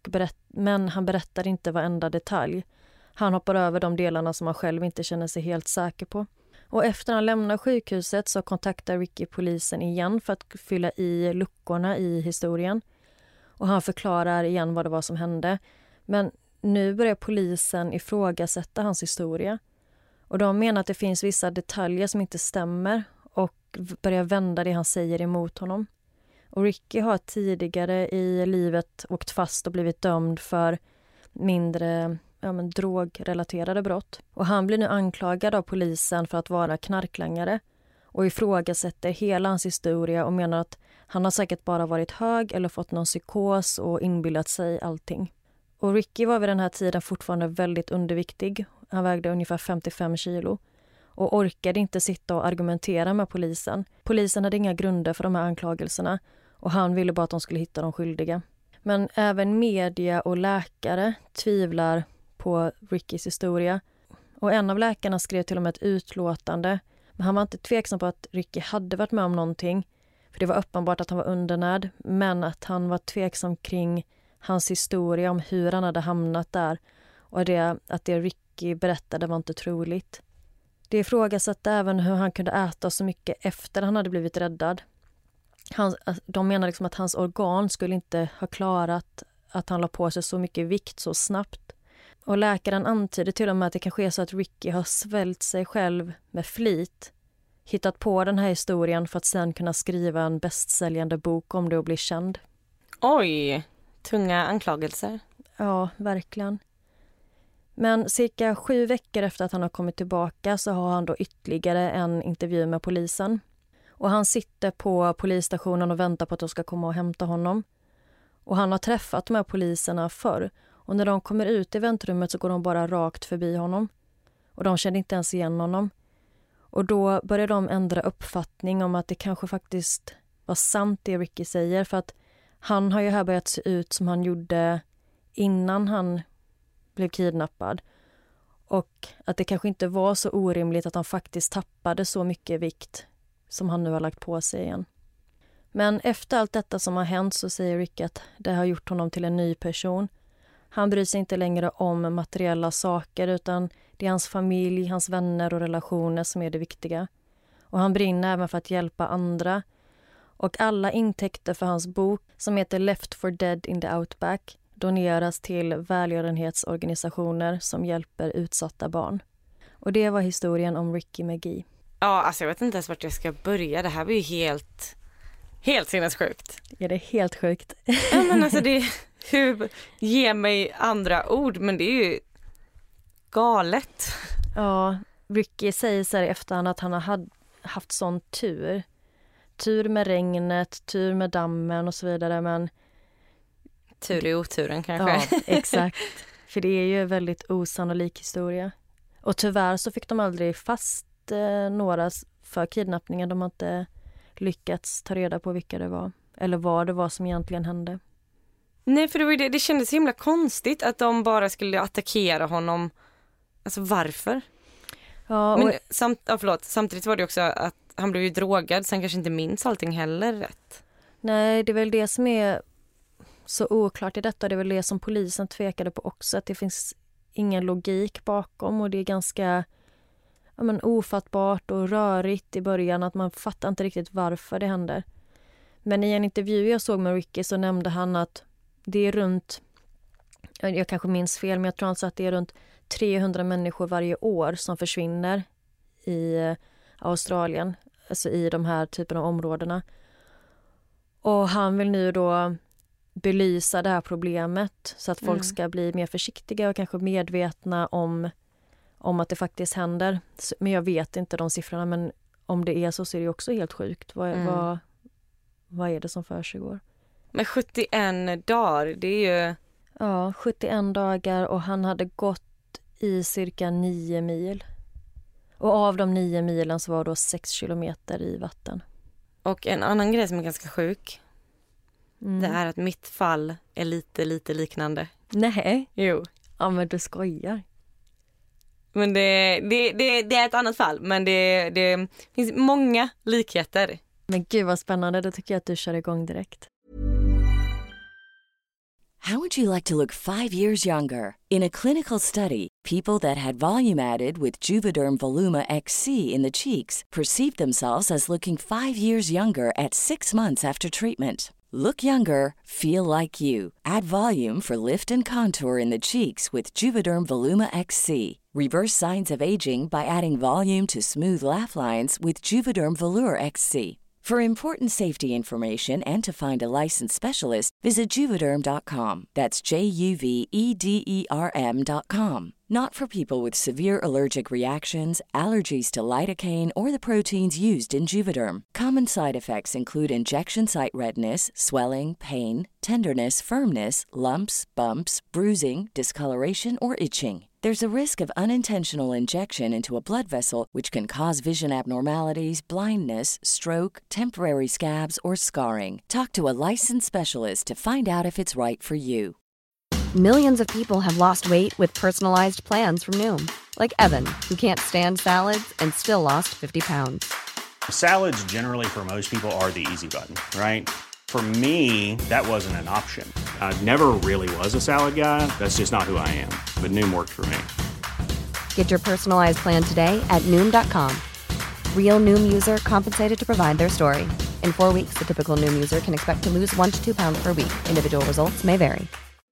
men han berättar inte varenda detalj. Han hoppar över de delarna som han själv inte känner sig helt säker på. Och efter han lämnar sjukhuset så kontaktar Ricky polisen igen för att fylla i luckorna i historien. Och han förklarar igen vad det var som hände. Men nu börjar polisen ifrågasätta hans historia. Och de menar att det finns vissa detaljer som inte stämmer och börjar vända det han säger emot honom. Och Ricky har tidigare i livet åkt fast och blivit dömd för mindre drogrelaterade brott. Och han blir nu anklagad av polisen för att vara knarklangare och ifrågasätter hela hans historia och menar att han har säkert bara varit hög eller fått någon psykos och inbillat sig allting. Och Ricky var vid den här tiden fortfarande väldigt underviktig. Han vägde ungefär 55 kilo och orkade inte sitta och argumentera med polisen. Polisen hade inga grunder för de här anklagelserna och han ville bara att de skulle hitta de skyldiga. Men även media och läkare tvivlar på Rickys historia. Och en av läkarna skrev till och med ett utlåtande. Men han var inte tveksam på att Ricky hade varit med om någonting. För det var uppenbart att han var undernärd. Men att han var tveksam kring hans historia om hur han hade hamnat där. Och att det Ricky berättade var inte troligt. Det ifrågasatte även hur han kunde äta så mycket efter han hade blivit räddad. De menar liksom att hans organ skulle inte ha klarat att han la på sig så mycket vikt så snabbt. Och läkaren antyder till och med att det kanske är så att Ricky har svält sig själv med flit. Hittat på den här historien för att sen kunna skriva en bästsäljande bok om det och bli känd. Oj, tunga anklagelser. Ja, verkligen. Men cirka 7 veckor efter att han har kommit tillbaka så har han då ytterligare en intervju med polisen. Och han sitter på polisstationen och väntar på att de ska komma och hämta honom. Och han har träffat de här poliserna förr. Och när de kommer ut i väntrummet så går de bara rakt förbi honom. Och de kände inte ens igen honom. Och då börjar de ändra uppfattning om att det kanske faktiskt var sant det Ricky säger. För att han har ju här börjat se ut som han gjorde innan han blev kidnappad. Och att det kanske inte var så orimligt att han faktiskt tappade så mycket vikt som han nu har lagt på sig igen. Men efter allt detta som har hänt så säger Rick att det har gjort honom till en ny person. Han bryr sig inte längre om materiella saker utan det är hans familj, hans vänner och relationer som är det viktiga. Och han brinner även för att hjälpa andra. Och alla intäkter för hans bok som heter Left for Dead in the Outback doneras till välgörenhetsorganisationer som hjälper utsatta barn. Och det var historien om Ricky McGee. Ja, alltså jag vet inte ens vart jag ska börja. Det här blir ju helt sinnessjukt. Ja, det är helt sjukt. Ja, men alltså ge mig andra ord, men det är ju galet. Ja, Ricky säger så här efterhand att han har haft sån tur. Tur med regnet, tur med dammen och så vidare, men tur i oturen kanske. Ja, exakt. För det är ju en väldigt osannolik historia. Och tyvärr så fick de aldrig fast några för kidnappningen. De har inte lyckats ta reda på vilka det var. Eller vad det var som egentligen hände. Nej, för det kändes så himla konstigt att de bara skulle attackera honom. Alltså varför? Ja, men samtidigt var det också att han blev ju drogad. Sen kanske inte minns allting heller rätt. Nej, det är väl det som är så oklart i detta. Det är väl det som polisen tvekade på också. Att det finns ingen logik bakom och det är ganska ofattbart och rörigt i början. Att man fattar inte riktigt varför det händer. Men i en intervju jag såg med Ricky så nämnde han att det är runt, jag kanske minns fel, men jag tror att det är runt 300 människor varje år som försvinner i Australien, alltså i de här typen av områdena. Och han vill nu då belysa det här problemet så att folk ska bli mer försiktiga och kanske medvetna om om att det faktiskt händer. Men jag vet inte de siffrorna, men om det är så är det också helt sjukt. Vad är det som försiggår? Men 71 dagar, det är ju... Ja, 71 dagar och han hade gått i cirka 9 mil. Och av de 9 milen så var då 6 kilometer i vatten. Och en annan grej som är ganska sjuk, det är att mitt fall är lite liknande. Nej. Jo. Ja, men du skojar. Men det är ett annat fall, men det finns många likheter. Men gud vad spännande, då tycker jag att du kör igång direkt. How would you like to look 5 years younger? In a clinical study, people that had volume added with Juvederm Voluma XC in the cheeks perceived themselves as looking 5 years younger at 6 months after treatment. Look younger, feel like you. Add volume for lift and contour in the cheeks with Juvederm Voluma XC. Reverse signs of aging by adding volume to smooth laugh lines with Juvederm Volure XC. For important safety information and to find a licensed specialist, visit Juvederm.com. That's JUVEDERM.com. Not for people with severe allergic reactions, allergies to lidocaine, or the proteins used in Juvederm. Common side effects include injection site redness, swelling, pain, tenderness, firmness, lumps, bumps, bruising, discoloration, or itching. There's a risk of unintentional injection into a blood vessel, which can cause vision abnormalities, blindness, stroke, temporary scabs, or scarring. Talk to a licensed specialist to find out if it's right for you. Millions of people have lost weight with personalized plans from Noom. Like Evan, who can't stand salads and still lost 50 pounds. Salads generally for most people are the easy button, right? For me, that wasn't an option. I never really was a salad guy. That's just not who I am. But Noom worked for me. Get your personalized plan today at Noom.com. Real Noom user compensated to provide their story. In 4 weeks, the typical Noom user can expect to lose 1 to 2 pounds per week. Individual results may vary.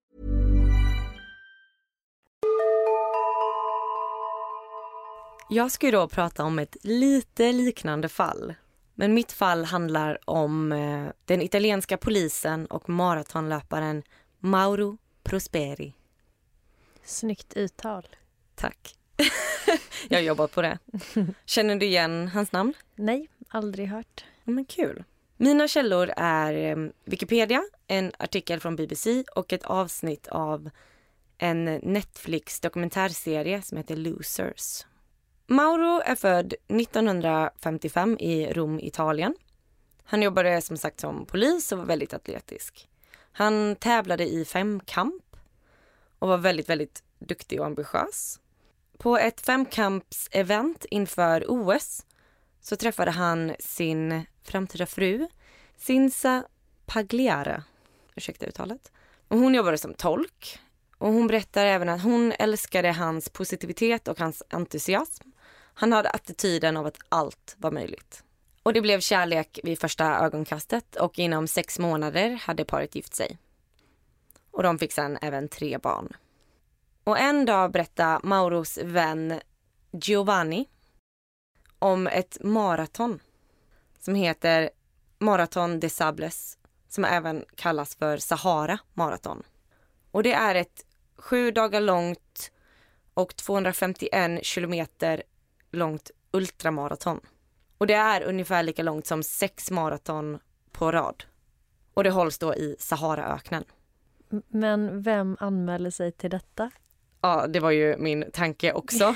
Jag ska ju då prata om ett lite liknande fall. Men mitt fall handlar om den italienska polisen och maratonlöparen Mauro Prosperi. Snyggt uttal. Tack. Jag har jobbat på det. Känner du igen hans namn? Nej, aldrig hört. Men kul. Mina källor är Wikipedia, en artikel från BBC och ett avsnitt av en Netflix-dokumentärserie som heter Losers. Mauro är född 1955 i Rom, Italien. Han jobbade som sagt som polis och var väldigt atletisk. Han tävlade i 5-kamp och var väldigt, väldigt duktig och ambitiös. På ett 5-kamps-event inför OS så träffade han sin framtida fru, Cinzia Pagliara. Ursäkta uttalet. Och hon jobbade som tolk. Och hon berättar även att hon älskade hans positivitet och hans entusiasm. Han hade attityden av att allt var möjligt. Och det blev kärlek vid första ögonkastet och inom 6 månader hade paret gift sig. Och de fick sedan även 3 barn. Och en dag berättade Mauros vän Giovanni om ett maraton som heter Marathon des Sables, som även kallas för Sahara maraton. Och det är ett 7 dagar långt och 251 kilometer långt ultramaraton. Och det är ungefär lika långt som 6 maraton på rad. Och det hålls då i Saharaöknen. Men vem anmäler sig till detta? Ja, det var ju min tanke också.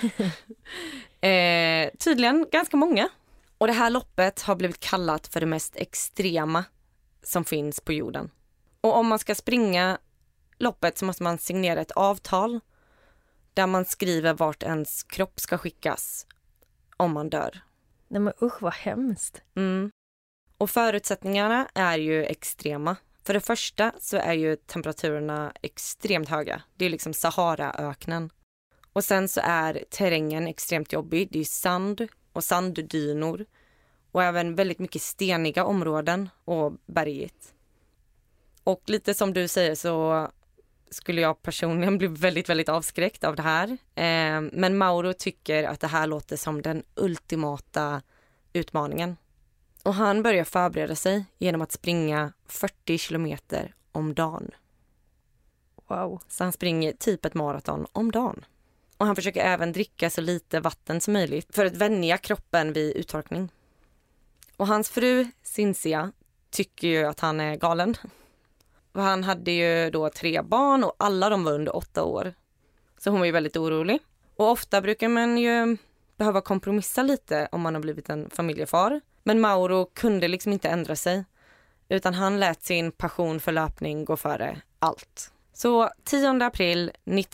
Tydligen ganska många. Och det här loppet har blivit kallat för det mest extrema som finns på jorden. Och om man ska springa loppet så måste man signera ett avtal där man skriver vart ens kropp ska skickas om man dör. Nej men usch, vad hemskt. Och förutsättningarna är ju extrema. För det första så är ju temperaturerna extremt höga. Det är liksom Saharaöknen. Och sen så är terrängen extremt jobbig. Det är sand och sanddynor. Och även väldigt mycket steniga områden och berget. Och lite som du säger så skulle jag personligen bli väldigt, väldigt avskräckt av det här. Men Mauro tycker att det här låter som den ultimata utmaningen. Och han börjar förbereda sig genom att springa 40 kilometer om dagen. Wow. Så han springer typ ett maraton om dagen. Och han försöker även dricka så lite vatten som möjligt för att vänja kroppen vid uttorkning. Och hans fru Cynthia tycker ju att han är galen. Och han hade ju då 3 barn och alla de var under 8 år. Så hon var ju väldigt orolig. Och ofta brukar man ju behöva kompromissa lite om man har blivit en familjefar. Men Mauro kunde liksom inte ändra sig. Utan han lät sin passion för löpning gå före allt. Så 10 april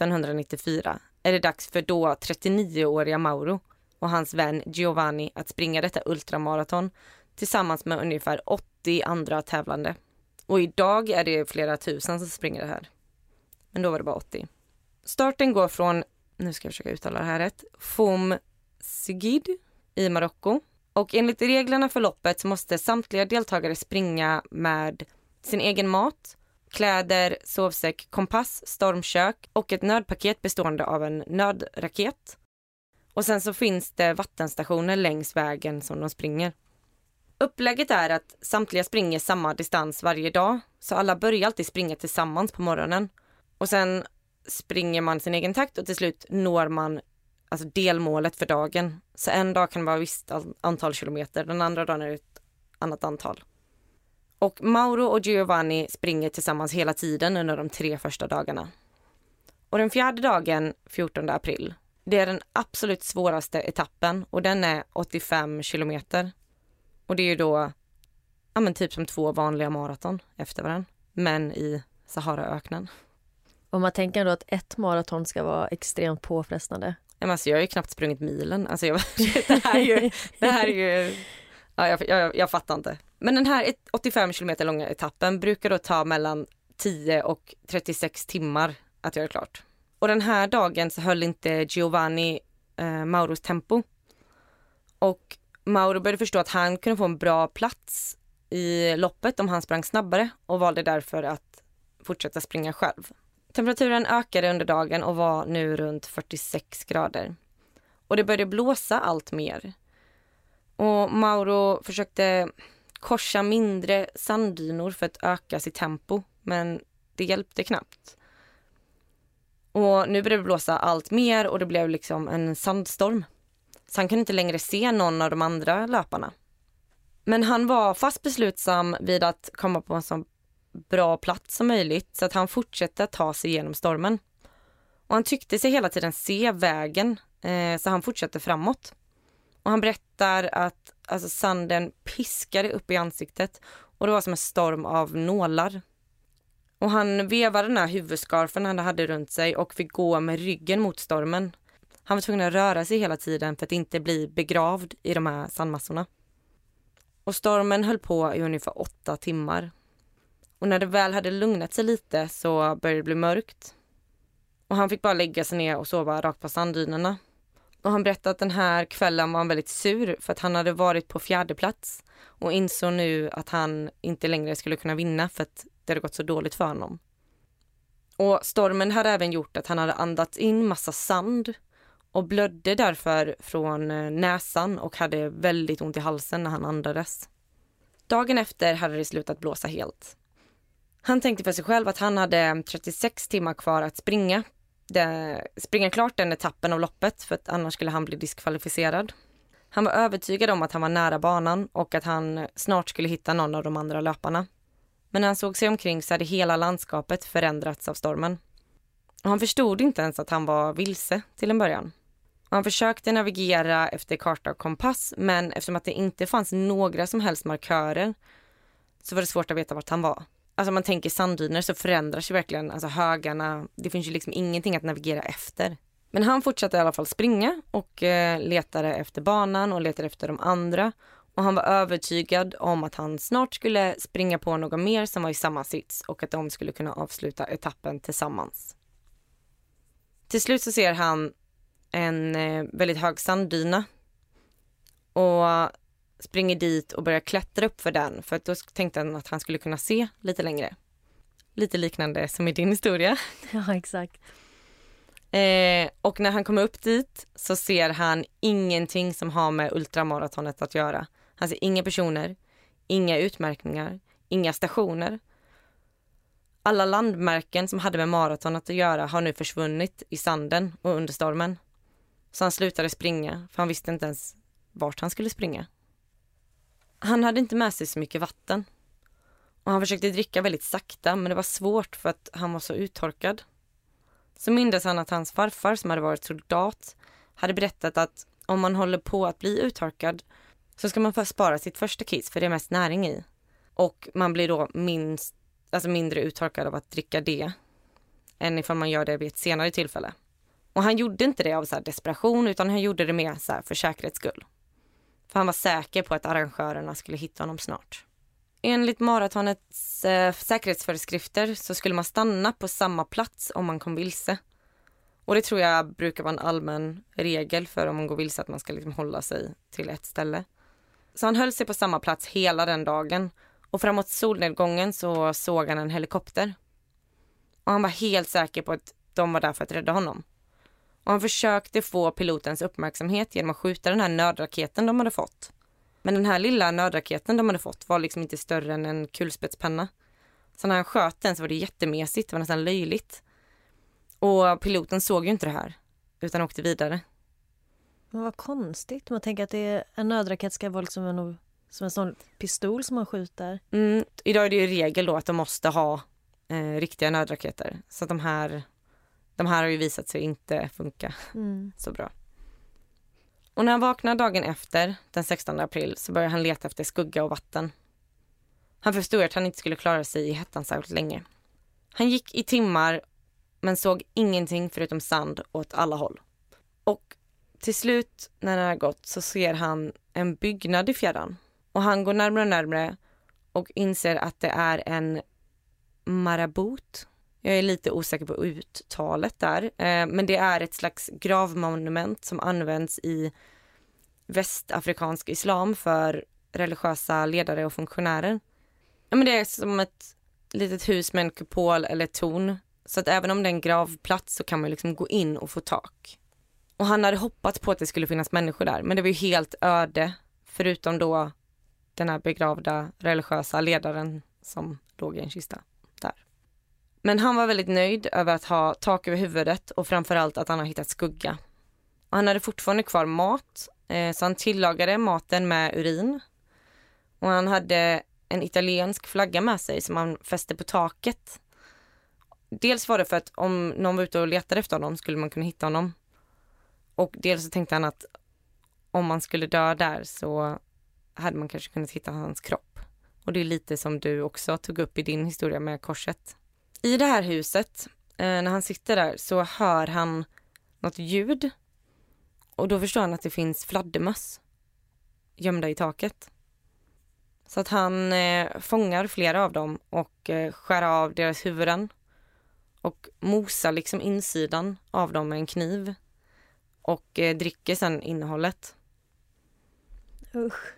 1994 är det dags för då 39-åriga Mauro och hans vän Giovanni att springa detta ultramaraton tillsammans med ungefär 80 andra tävlande. Och idag är det flera tusen som springer det här. Men då var det bara 80. Starten går från, nu ska jag försöka uttala det här rätt, Foum Segid i Marocko. Och enligt reglerna för loppet så måste samtliga deltagare springa med sin egen mat, kläder, sovsäck, kompass, stormkök och ett nödpaket bestående av en nödraket. Och sen så finns det vattenstationer längs vägen som de springer. Upplägget är att samtliga springer samma distans varje dag, så alla börjar alltid springa tillsammans på morgonen. Och sen springer man sin egen takt och till slut når man alltså delmålet för dagen. Så en dag kan det vara ett visst antal kilometer, den andra dagen är det ett annat antal. Och Mauro och Giovanni springer tillsammans hela tiden under de 3 första dagarna. Och den 4:e dagen, 14 april, det är den absolut svåraste etappen och den är 85 kilometer. Och det är ju då typ som 2 vanliga maraton efter varandra, men i Saharaöknen. Och man tänker då att ett maraton ska vara extremt påfrestande. Alltså jag har ju knappt sprungit milen. Alltså det här är ju jag fattar inte. Men den här 85 kilometer långa etappen brukar då ta mellan 10 och 36 timmar att göra klart. Och den här dagen så höll inte Giovanni Mauros tempo. Och Mauro började förstå att han kunde få en bra plats i loppet om han sprang snabbare och valde därför att fortsätta springa själv. Temperaturen ökade under dagen och var nu runt 46 grader. Och det började blåsa allt mer. Och Mauro försökte korsa mindre sanddynor för att öka sitt tempo, men det hjälpte knappt. Och nu började det blåsa allt mer och det blev liksom en sandstorm. Så han kunde inte längre se någon av de andra löparna. Men han var fast beslutsam vid att komma på en så bra plats som möjligt så att han fortsatte ta sig igenom stormen. Och han tyckte sig hela tiden se vägen så han fortsatte framåt. Och han berättar att sanden piskade upp i ansiktet och det var som en storm av nålar. Och han vevade den här huvudskarfen han hade runt sig och fick gå med ryggen mot stormen. Han var tvungen att röra sig hela tiden för att inte bli begravd i de här sandmassorna. Och stormen höll på i ungefär 8 timmar. Och när det väl hade lugnat sig lite så började det bli mörkt. Och han fick bara lägga sig ner och sova rakt på sanddynerna. Och han berättade att den här kvällen var han väldigt sur för att han hade varit på 4:e plats. Och insåg nu att han inte längre skulle kunna vinna för att det hade gått så dåligt för honom. Och stormen hade även gjort att han hade andats in massa sand. Och blödde därför från näsan och hade väldigt ont i halsen när han andades. Dagen efter hade det slutat blåsa helt. Han tänkte för sig själv att han hade 36 timmar kvar att springa klart den etappen av loppet för att annars skulle han bli diskvalificerad. Han var övertygad om att han var nära banan och att han snart skulle hitta någon av de andra löparna. Men när han såg sig omkring så hade hela landskapet förändrats av stormen. Och han förstod inte ens att han var vilse till en början. Och han försökte navigera efter karta och kompass, men eftersom att det inte fanns några som helst markörer så var det svårt att veta vart han var. Alltså man tänker sanddyner så förändras ju verkligen högarna. Det finns ju liksom ingenting att navigera efter. Men han fortsatte i alla fall springa och letade efter banan och letade efter de andra. Och han var övertygad om att han snart skulle springa på någon mer som var i samma sits och att de skulle kunna avsluta etappen tillsammans. Till slut så ser han en väldigt hög sanddyna och springer dit och börjar klättra upp för den. För att då tänkte han att han skulle kunna se lite längre. Lite liknande som i din historia. Ja, exakt. Och när han kommer upp dit så ser han ingenting som har med ultramaratonet att göra. Han ser inga personer, inga utmärkningar, inga stationer. Alla landmärken som hade med maraton att göra har nu försvunnit i sanden och under stormen. Så han slutade springa, för han visste inte ens vart han skulle springa. Han hade inte med sig så mycket vatten. Och han försökte dricka väldigt sakta, men det var svårt för att han var så uttorkad. Så mindes han att hans farfar, som hade varit soldat, hade berättat att om man håller på att bli uttorkad så ska man först spara sitt första kiss, för det är mest näring i. Och man blir då mindre uttorkad av att dricka det än ifall man gör det vid ett senare tillfälle. Och han gjorde inte det av så här desperation, utan han gjorde det med så här för säkerhets skull. För han var säker på att arrangörerna skulle hitta honom snart. Enligt maratonets säkerhetsföreskrifter så skulle man stanna på samma plats om man kom vilse. Och det tror jag brukar vara en allmän regel för om man går vilse, att man ska liksom hålla sig till ett ställe. Så han höll sig på samma plats hela den dagen. Och framåt solnedgången så såg han en helikopter. Och han var helt säker på att de var där för att rädda honom. Och han försökte få pilotens uppmärksamhet genom att skjuta den här nödraketen de hade fått. Men den här lilla nödraketen de hade fått var liksom inte större än en kulspetspenna. Så när han sköt den så var det jättemesigt, det var nästan löjligt. Och piloten såg ju inte det här, utan åkte vidare. Men vad konstigt. Man tänker att en nödraket ska vara liksom som en sån pistol som man skjuter. Idag är det ju regel då att de måste ha riktiga nödraketer. Så att de här har ju visat sig inte funka så bra. Och när han vaknar dagen efter, den 16 april, så börjar han leta efter skugga och vatten. Han förstod att han inte skulle klara sig i hettan särskilt länge. Han gick i timmar men såg ingenting förutom sand åt alla håll. Och till slut, när det har gått, så ser han en byggnad i fjärran. Och han går närmare och närmare och inser att det är en marabut. Jag är lite osäker på uttalet där. Men det är ett slags gravmonument som används i västafrikansk islam för religiösa ledare och funktionärer. Ja, men det är som ett litet hus med en kupol eller torn. Så att även om det är en gravplats så kan man liksom gå in och få tak. Och han hade hoppats på att det skulle finnas människor där. Men det var ju helt öde. Förutom då den här begravda religiösa ledaren som låg i en kista där. Men han var väldigt nöjd över att ha tak över huvudet och framförallt att han har hittat skugga. Och han hade fortfarande kvar mat, så han tillagade maten med urin. Och han hade en italiensk flagga med sig som han fäste på taket. Dels var det för att om någon var ute och letade efter honom skulle man kunna hitta honom. Och dels så tänkte han att om man skulle dö där så hade man kanske kunnat hitta hans kropp. Och det är lite som du också tog upp i din historia med korset. I det här huset, när han sitter där, så hör han något ljud. Och då förstår han att det finns fladdermöss gömda i taket. Så att han fångar flera av dem och skär av deras huvuden. Och mosar liksom insidan av dem med en kniv. Och dricker sedan innehållet. Usch.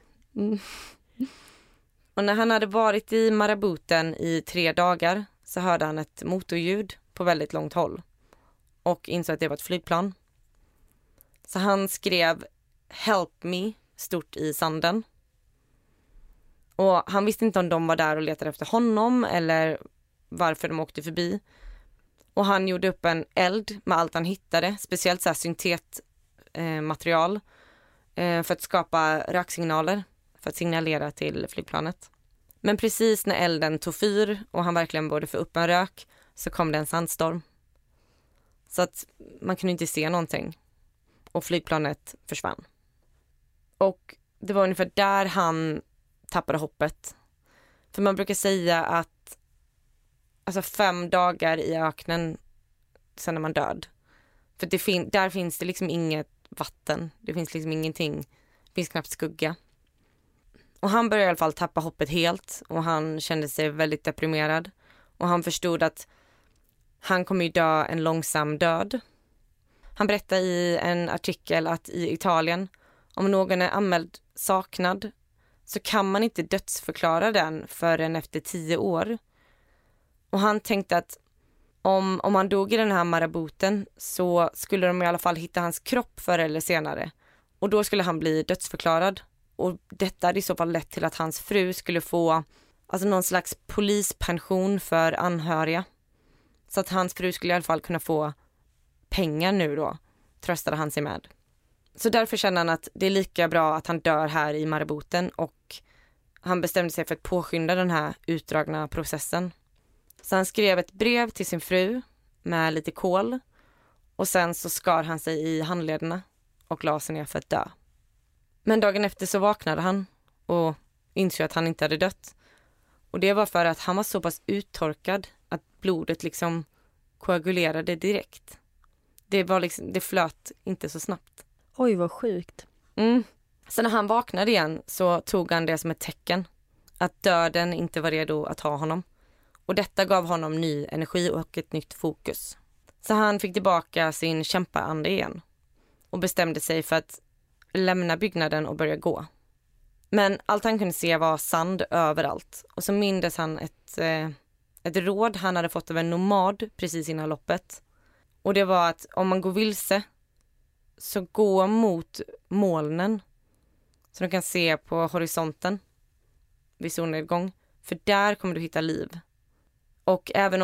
Och när han hade varit i marabuten i 3 dagar så hörde han ett motorljud på väldigt långt håll. Och insåg att det var ett flygplan. Så han skrev "Help me" stort i sanden. Och han visste inte om de var där och letade efter honom eller varför de åkte förbi. Och han gjorde upp en eld med allt han hittade, speciellt så här syntetmaterial för att skapa röksignaler för att signalera till flygplanet. Men precis när elden tog fyr och han verkligen borde få upp en rök så kom det en sandstorm. Så att man kunde inte se någonting. Och flygplanet försvann. Och det var ungefär där han tappade hoppet. För man brukar säga att 5 dagar i öknen sen är man död. För där finns det liksom inget vatten. Det finns liksom ingenting. Det finns knappt skugga. Och han började i alla fall tappa hoppet helt. Och han kände sig väldigt deprimerad. Och han förstod att han kommer ju dö en långsam död. Han berättade i en artikel att i Italien, om någon är anmäld saknad så kan man inte dödsförklara den förrän efter 10 år. Och han tänkte att om han dog i den här marabuten så skulle de i alla fall hitta hans kropp förr eller senare. Och då skulle han bli dödsförklarad. Och detta hade i så fall lett till att hans fru skulle få alltså någon slags polispension för anhöriga. Så att hans fru skulle i alla fall kunna få pengar nu då, tröstade han sig med. Så därför känner han att det är lika bra att han dör här i Maraboutin, och han bestämde sig för att påskynda den här utdragna processen. Så han skrev ett brev till sin fru med lite kol, och sen så skar han sig i handlederna och la sig ner för att dö. Men dagen efter så vaknade han och insåg att han inte hade dött. Och det var för att han var så pass uttorkad att blodet liksom koagulerade direkt. Det flöt inte så snabbt. Oj, vad sjukt. Så när han vaknade igen så tog han det som ett tecken att döden inte var redo att ha honom. Och detta gav honom ny energi och ett nytt fokus. Så han fick tillbaka sin kämpaande igen och bestämde sig för att lämna byggnaden och börja gå. Men allt han kunde se var sand överallt. Och så mindes han ett råd han hade fått av en nomad precis innan loppet. Och det var att om man går vilse så gå mot molnen så du kan se på horisonten vid solnedgång. För där kommer du hitta liv. Och även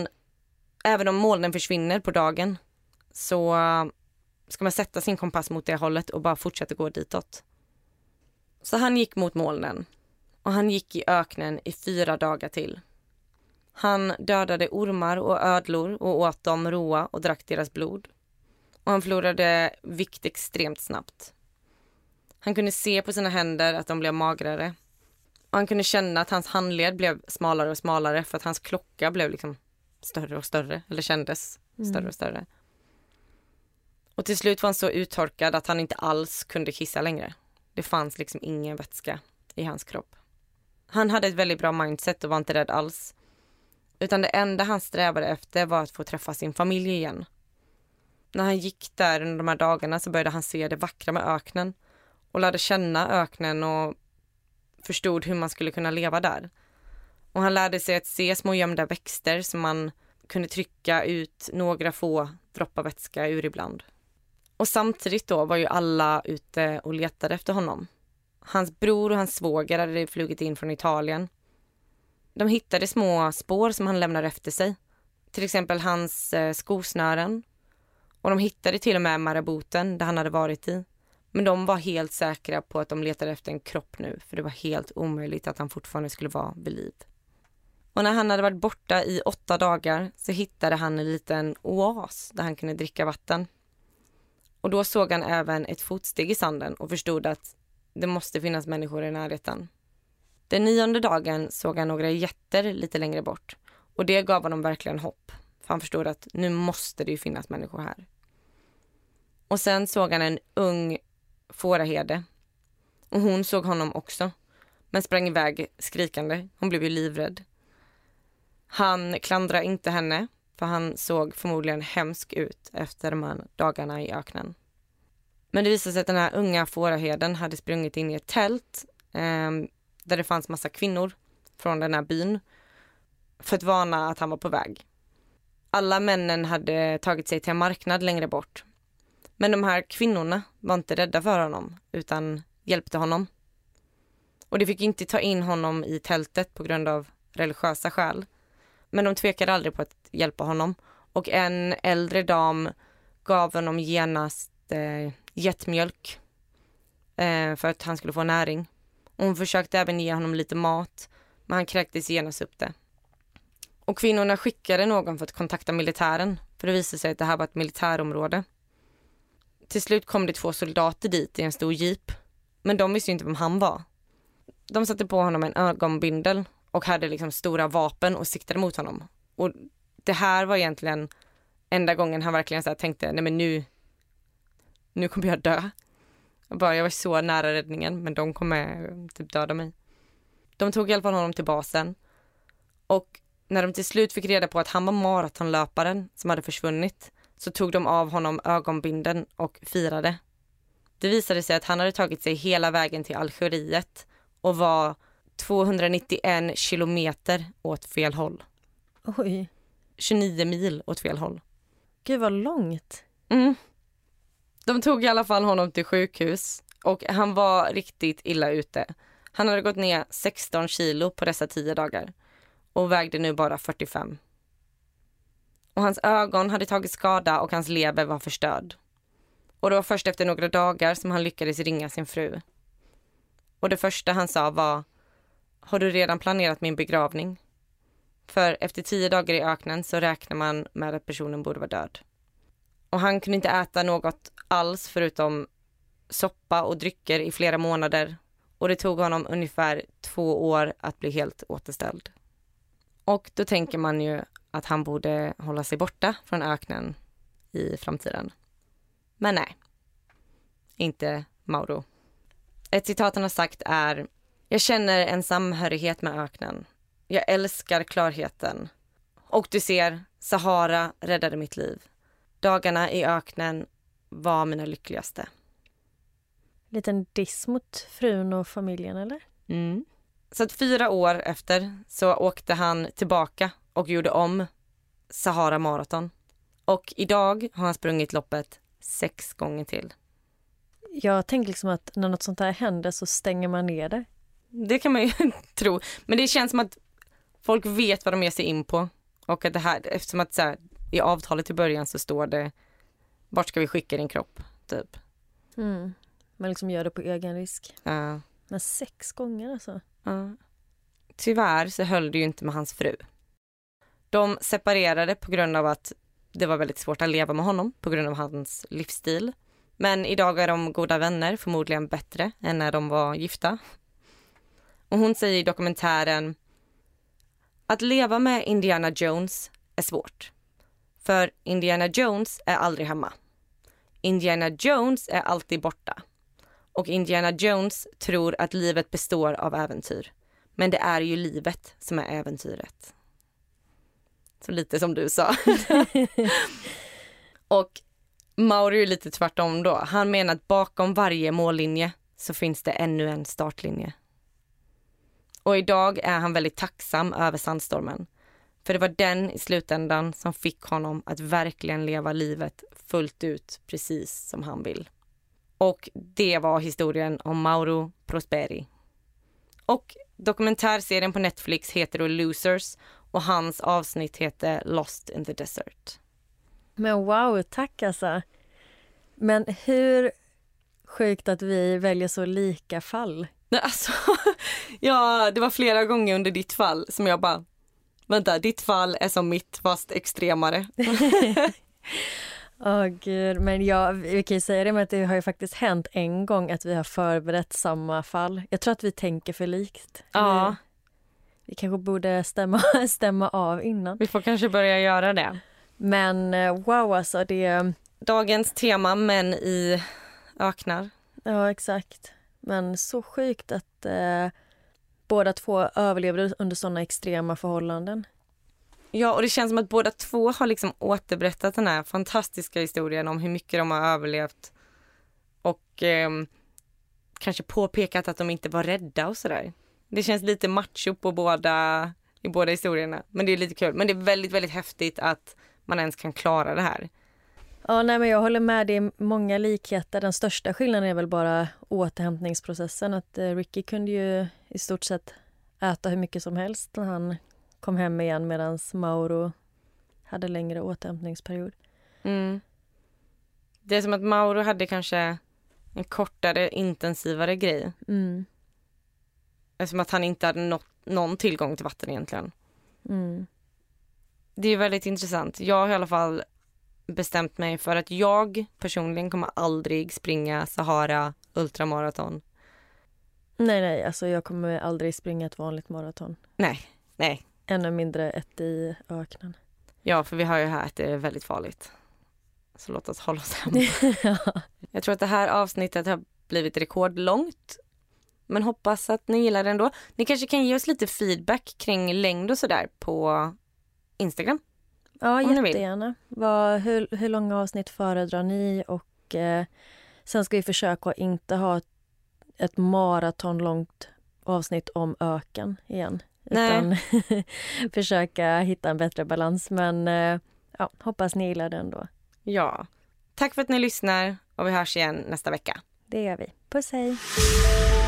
om molnen försvinner på dagen så ska man sätta sin kompass mot det hållet och bara fortsätta gå ditåt. Så han gick mot molnen och han gick i öknen i 4 dagar till. Han dödade ormar och ödlor och åt dem råa och drack deras blod. Och han förlorade vikt extremt snabbt. Han kunde se på sina händer att de blev magrare. Och han kunde känna att hans handled blev smalare och smalare för att hans klocka blev liksom större och större. Eller kändes större och större. Och till slut var han så uttorkad att han inte alls kunde kissa längre. Det fanns liksom ingen vätska i hans kropp. Han hade ett väldigt bra mindset och var inte rädd alls. Utan det enda han strävade efter var att få träffa sin familj igen. När han gick där under de här dagarna så började han se det vackra med öknen. Och lärde känna öknen och förstod hur man skulle kunna leva där. Och han lärde sig att se små gömda växter som man kunde trycka ut några få droppar vätska ur ibland. Och samtidigt då var ju alla ute och letade efter honom. Hans bror och hans svåger hade flugit in från Italien. De hittade små spår som han lämnade efter sig. Till exempel hans skosnören. Och de hittade till och med Maraboutin där han hade varit i. Men de var helt säkra på att de letade efter en kropp nu. För det var helt omöjligt att han fortfarande skulle vara vid liv. Och när han hade varit borta i 8 dagar så hittade han en liten oas där han kunde dricka vatten. Och då såg han även ett fotsteg i sanden och förstod att det måste finnas människor i närheten. Den 9:e dagen såg han några getter lite längre bort. Och det gav honom verkligen hopp. För han förstod att nu måste det ju finnas människor här. Och sen såg han en ung fåraherde. Och hon såg honom också. Men sprang iväg skrikande. Hon blev ju livrädd. Han klandrade inte henne. För han såg förmodligen hemsk ut efter de här dagarna i öknen. Men det visade sig att den här unga fåraherden hade sprungit in i ett tält. Där det fanns massa kvinnor från den här byn. För att varna att han var på väg. Alla männen hade tagit sig till en marknad längre bort. Men de här kvinnorna var inte rädda för honom utan hjälpte honom. Och de fick inte ta in honom i tältet på grund av religiösa skäl. Men de tvekade aldrig på att hjälpa honom. Och en äldre dam gav honom genast getmjölk för att han skulle få näring. Och hon försökte även ge honom lite mat, men han kräktes genast upp det. Och kvinnorna skickade någon för att kontakta militären, för det visade sig att det här var ett militärområde. Till slut kom det 2 soldater dit i en stor jeep, men de visste ju inte vem han var. De satte på honom en ögonbindel och hade liksom stora vapen och siktade mot honom. Och det här var egentligen enda gången han verkligen så här tänkte, nej men nu kommer jag dö. Jag var så nära räddningen, men de kommer typ döda mig. De tog i alla fall honom till basen. Och när de till slut fick reda på att han var maratonlöparen som hade försvunnit, så tog de av honom ögonbinden och firade. Det visade sig att han hade tagit sig hela vägen till Algeriet och var 291 kilometer åt fel håll. Oj. 29 mil åt fel håll. Gud vad långt. De tog i alla fall honom till sjukhus och han var riktigt illa ute. Han hade gått ner 16 kilo på dessa 10 dagar och vägde nu bara 45. Och hans ögon hade tagit skada och hans lever var förstörd. Och det var först efter några dagar som han lyckades ringa sin fru. Och det första han sa var: har du redan planerat min begravning? För efter 10 dagar i öknen så räknar man med att personen borde vara död. Och han kunde inte äta något alls förutom soppa och drycker i flera månader. Och det tog honom ungefär 2 år att bli helt återställd. Och då tänker man ju att han borde hålla sig borta från öknen i framtiden. Men nej, inte Mauro. Ett citat han har sagt är: jag känner en samhörighet med öknen. Jag älskar klarheten. Och du ser, Sahara räddade mitt liv. Dagarna i öknen var mina lyckligaste. Liten diss mot frun och familjen, eller? Mm. Så att 4 år efter så åkte han tillbaka och gjorde om Sahara Marathon. Och idag har han sprungit loppet 6 gånger till. Jag tänker liksom att när något sånt här händer så stänger man ner det. Det kan man ju tro. Men det känns som att folk vet vad de ger sig in på. Och att det här, eftersom att så här, i avtalet i början så står det: vart ska vi skicka din kropp? Typ. Man liksom gör det på egen risk. Ja. Men 6 gånger alltså. Ja. Tyvärr så höll det ju inte med hans fru. De separerade på grund av att det var väldigt svårt att leva med honom på grund av hans livsstil. Men idag är de goda vänner, förmodligen bättre än när de var gifta. Och hon säger i dokumentären: att leva med Indiana Jones är svårt. För Indiana Jones är aldrig hemma. Indiana Jones är alltid borta. Och Indiana Jones tror att livet består av äventyr. Men det är ju livet som är äventyret. Så lite som du sa. Och Mauro är lite tvärtom då. Han menar att bakom varje mållinje så finns det ännu en startlinje. Och idag är han väldigt tacksam över sandstormen. För det var den i slutändan som fick honom att verkligen leva livet fullt ut precis som han vill. Och det var historien om Mauro Prosperi. Och dokumentärserien på Netflix heter då Losers och hans avsnitt heter Lost in the Desert. Men wow, tack alltså. Men hur sjukt att vi väljer så lika fall. Alltså, ja, det var flera gånger under ditt fall som jag bara: vänta, ditt fall är som mitt fast extremare. Gud, men vi kan ju säga det med att det har ju faktiskt hänt en gång att vi har förberett samma fall. Jag tror att vi tänker för likt. Ja. Vi kanske borde stämma av innan. Vi får kanske börja göra det. Men wow, alltså det... Dagens tema, män i öknar. Ja, exakt. Men så sjukt att båda två överlevde under sådana extrema förhållanden. Ja, och det känns som att båda två har liksom återberättat den här fantastiska historien om hur mycket de har överlevt. Och kanske påpekat att de inte var rädda och sådär. Det känns lite macho på i båda historierna. Men det är lite kul. Men det är väldigt, väldigt häftigt att man ens kan klara det här. Ja, nej, men jag håller med. Det är många likheter. Den största skillnaden är väl bara återhämtningsprocessen. Att Ricky kunde ju i stort sett äta hur mycket som helst när han kom hem igen, medan Mauro hade längre återhämtningsperiod. Mm. Det är som att Mauro hade kanske en kortare, intensivare grej. Mm. Eftersom att han inte hade någon tillgång till vatten egentligen. Mm. Det är väldigt intressant. Jag har i alla fall bestämt mig för att jag personligen kommer aldrig springa Sahara ultramaraton. Nej, alltså jag kommer aldrig springa ett vanligt maraton. Nej. Ännu mindre ett i öknen. Ja, för vi har ju här att det är väldigt farligt. Så låt oss hålla oss hemma. Ja. Jag tror att det här avsnittet har blivit rekordlångt. Men hoppas att ni gillar det ändå. Ni kanske kan ge oss lite feedback kring längd och sådär på Instagram. Ja, jättegärna. Hur långa avsnitt föredrar ni? Och sen ska vi försöka att inte ha ett maratonlångt avsnitt om öken igen. Utan försöka hitta en bättre balans. Men hoppas ni gillar det ändå. Ja. Tack för att ni lyssnar och vi hörs igen nästa vecka. Det gör vi. Puss, hej!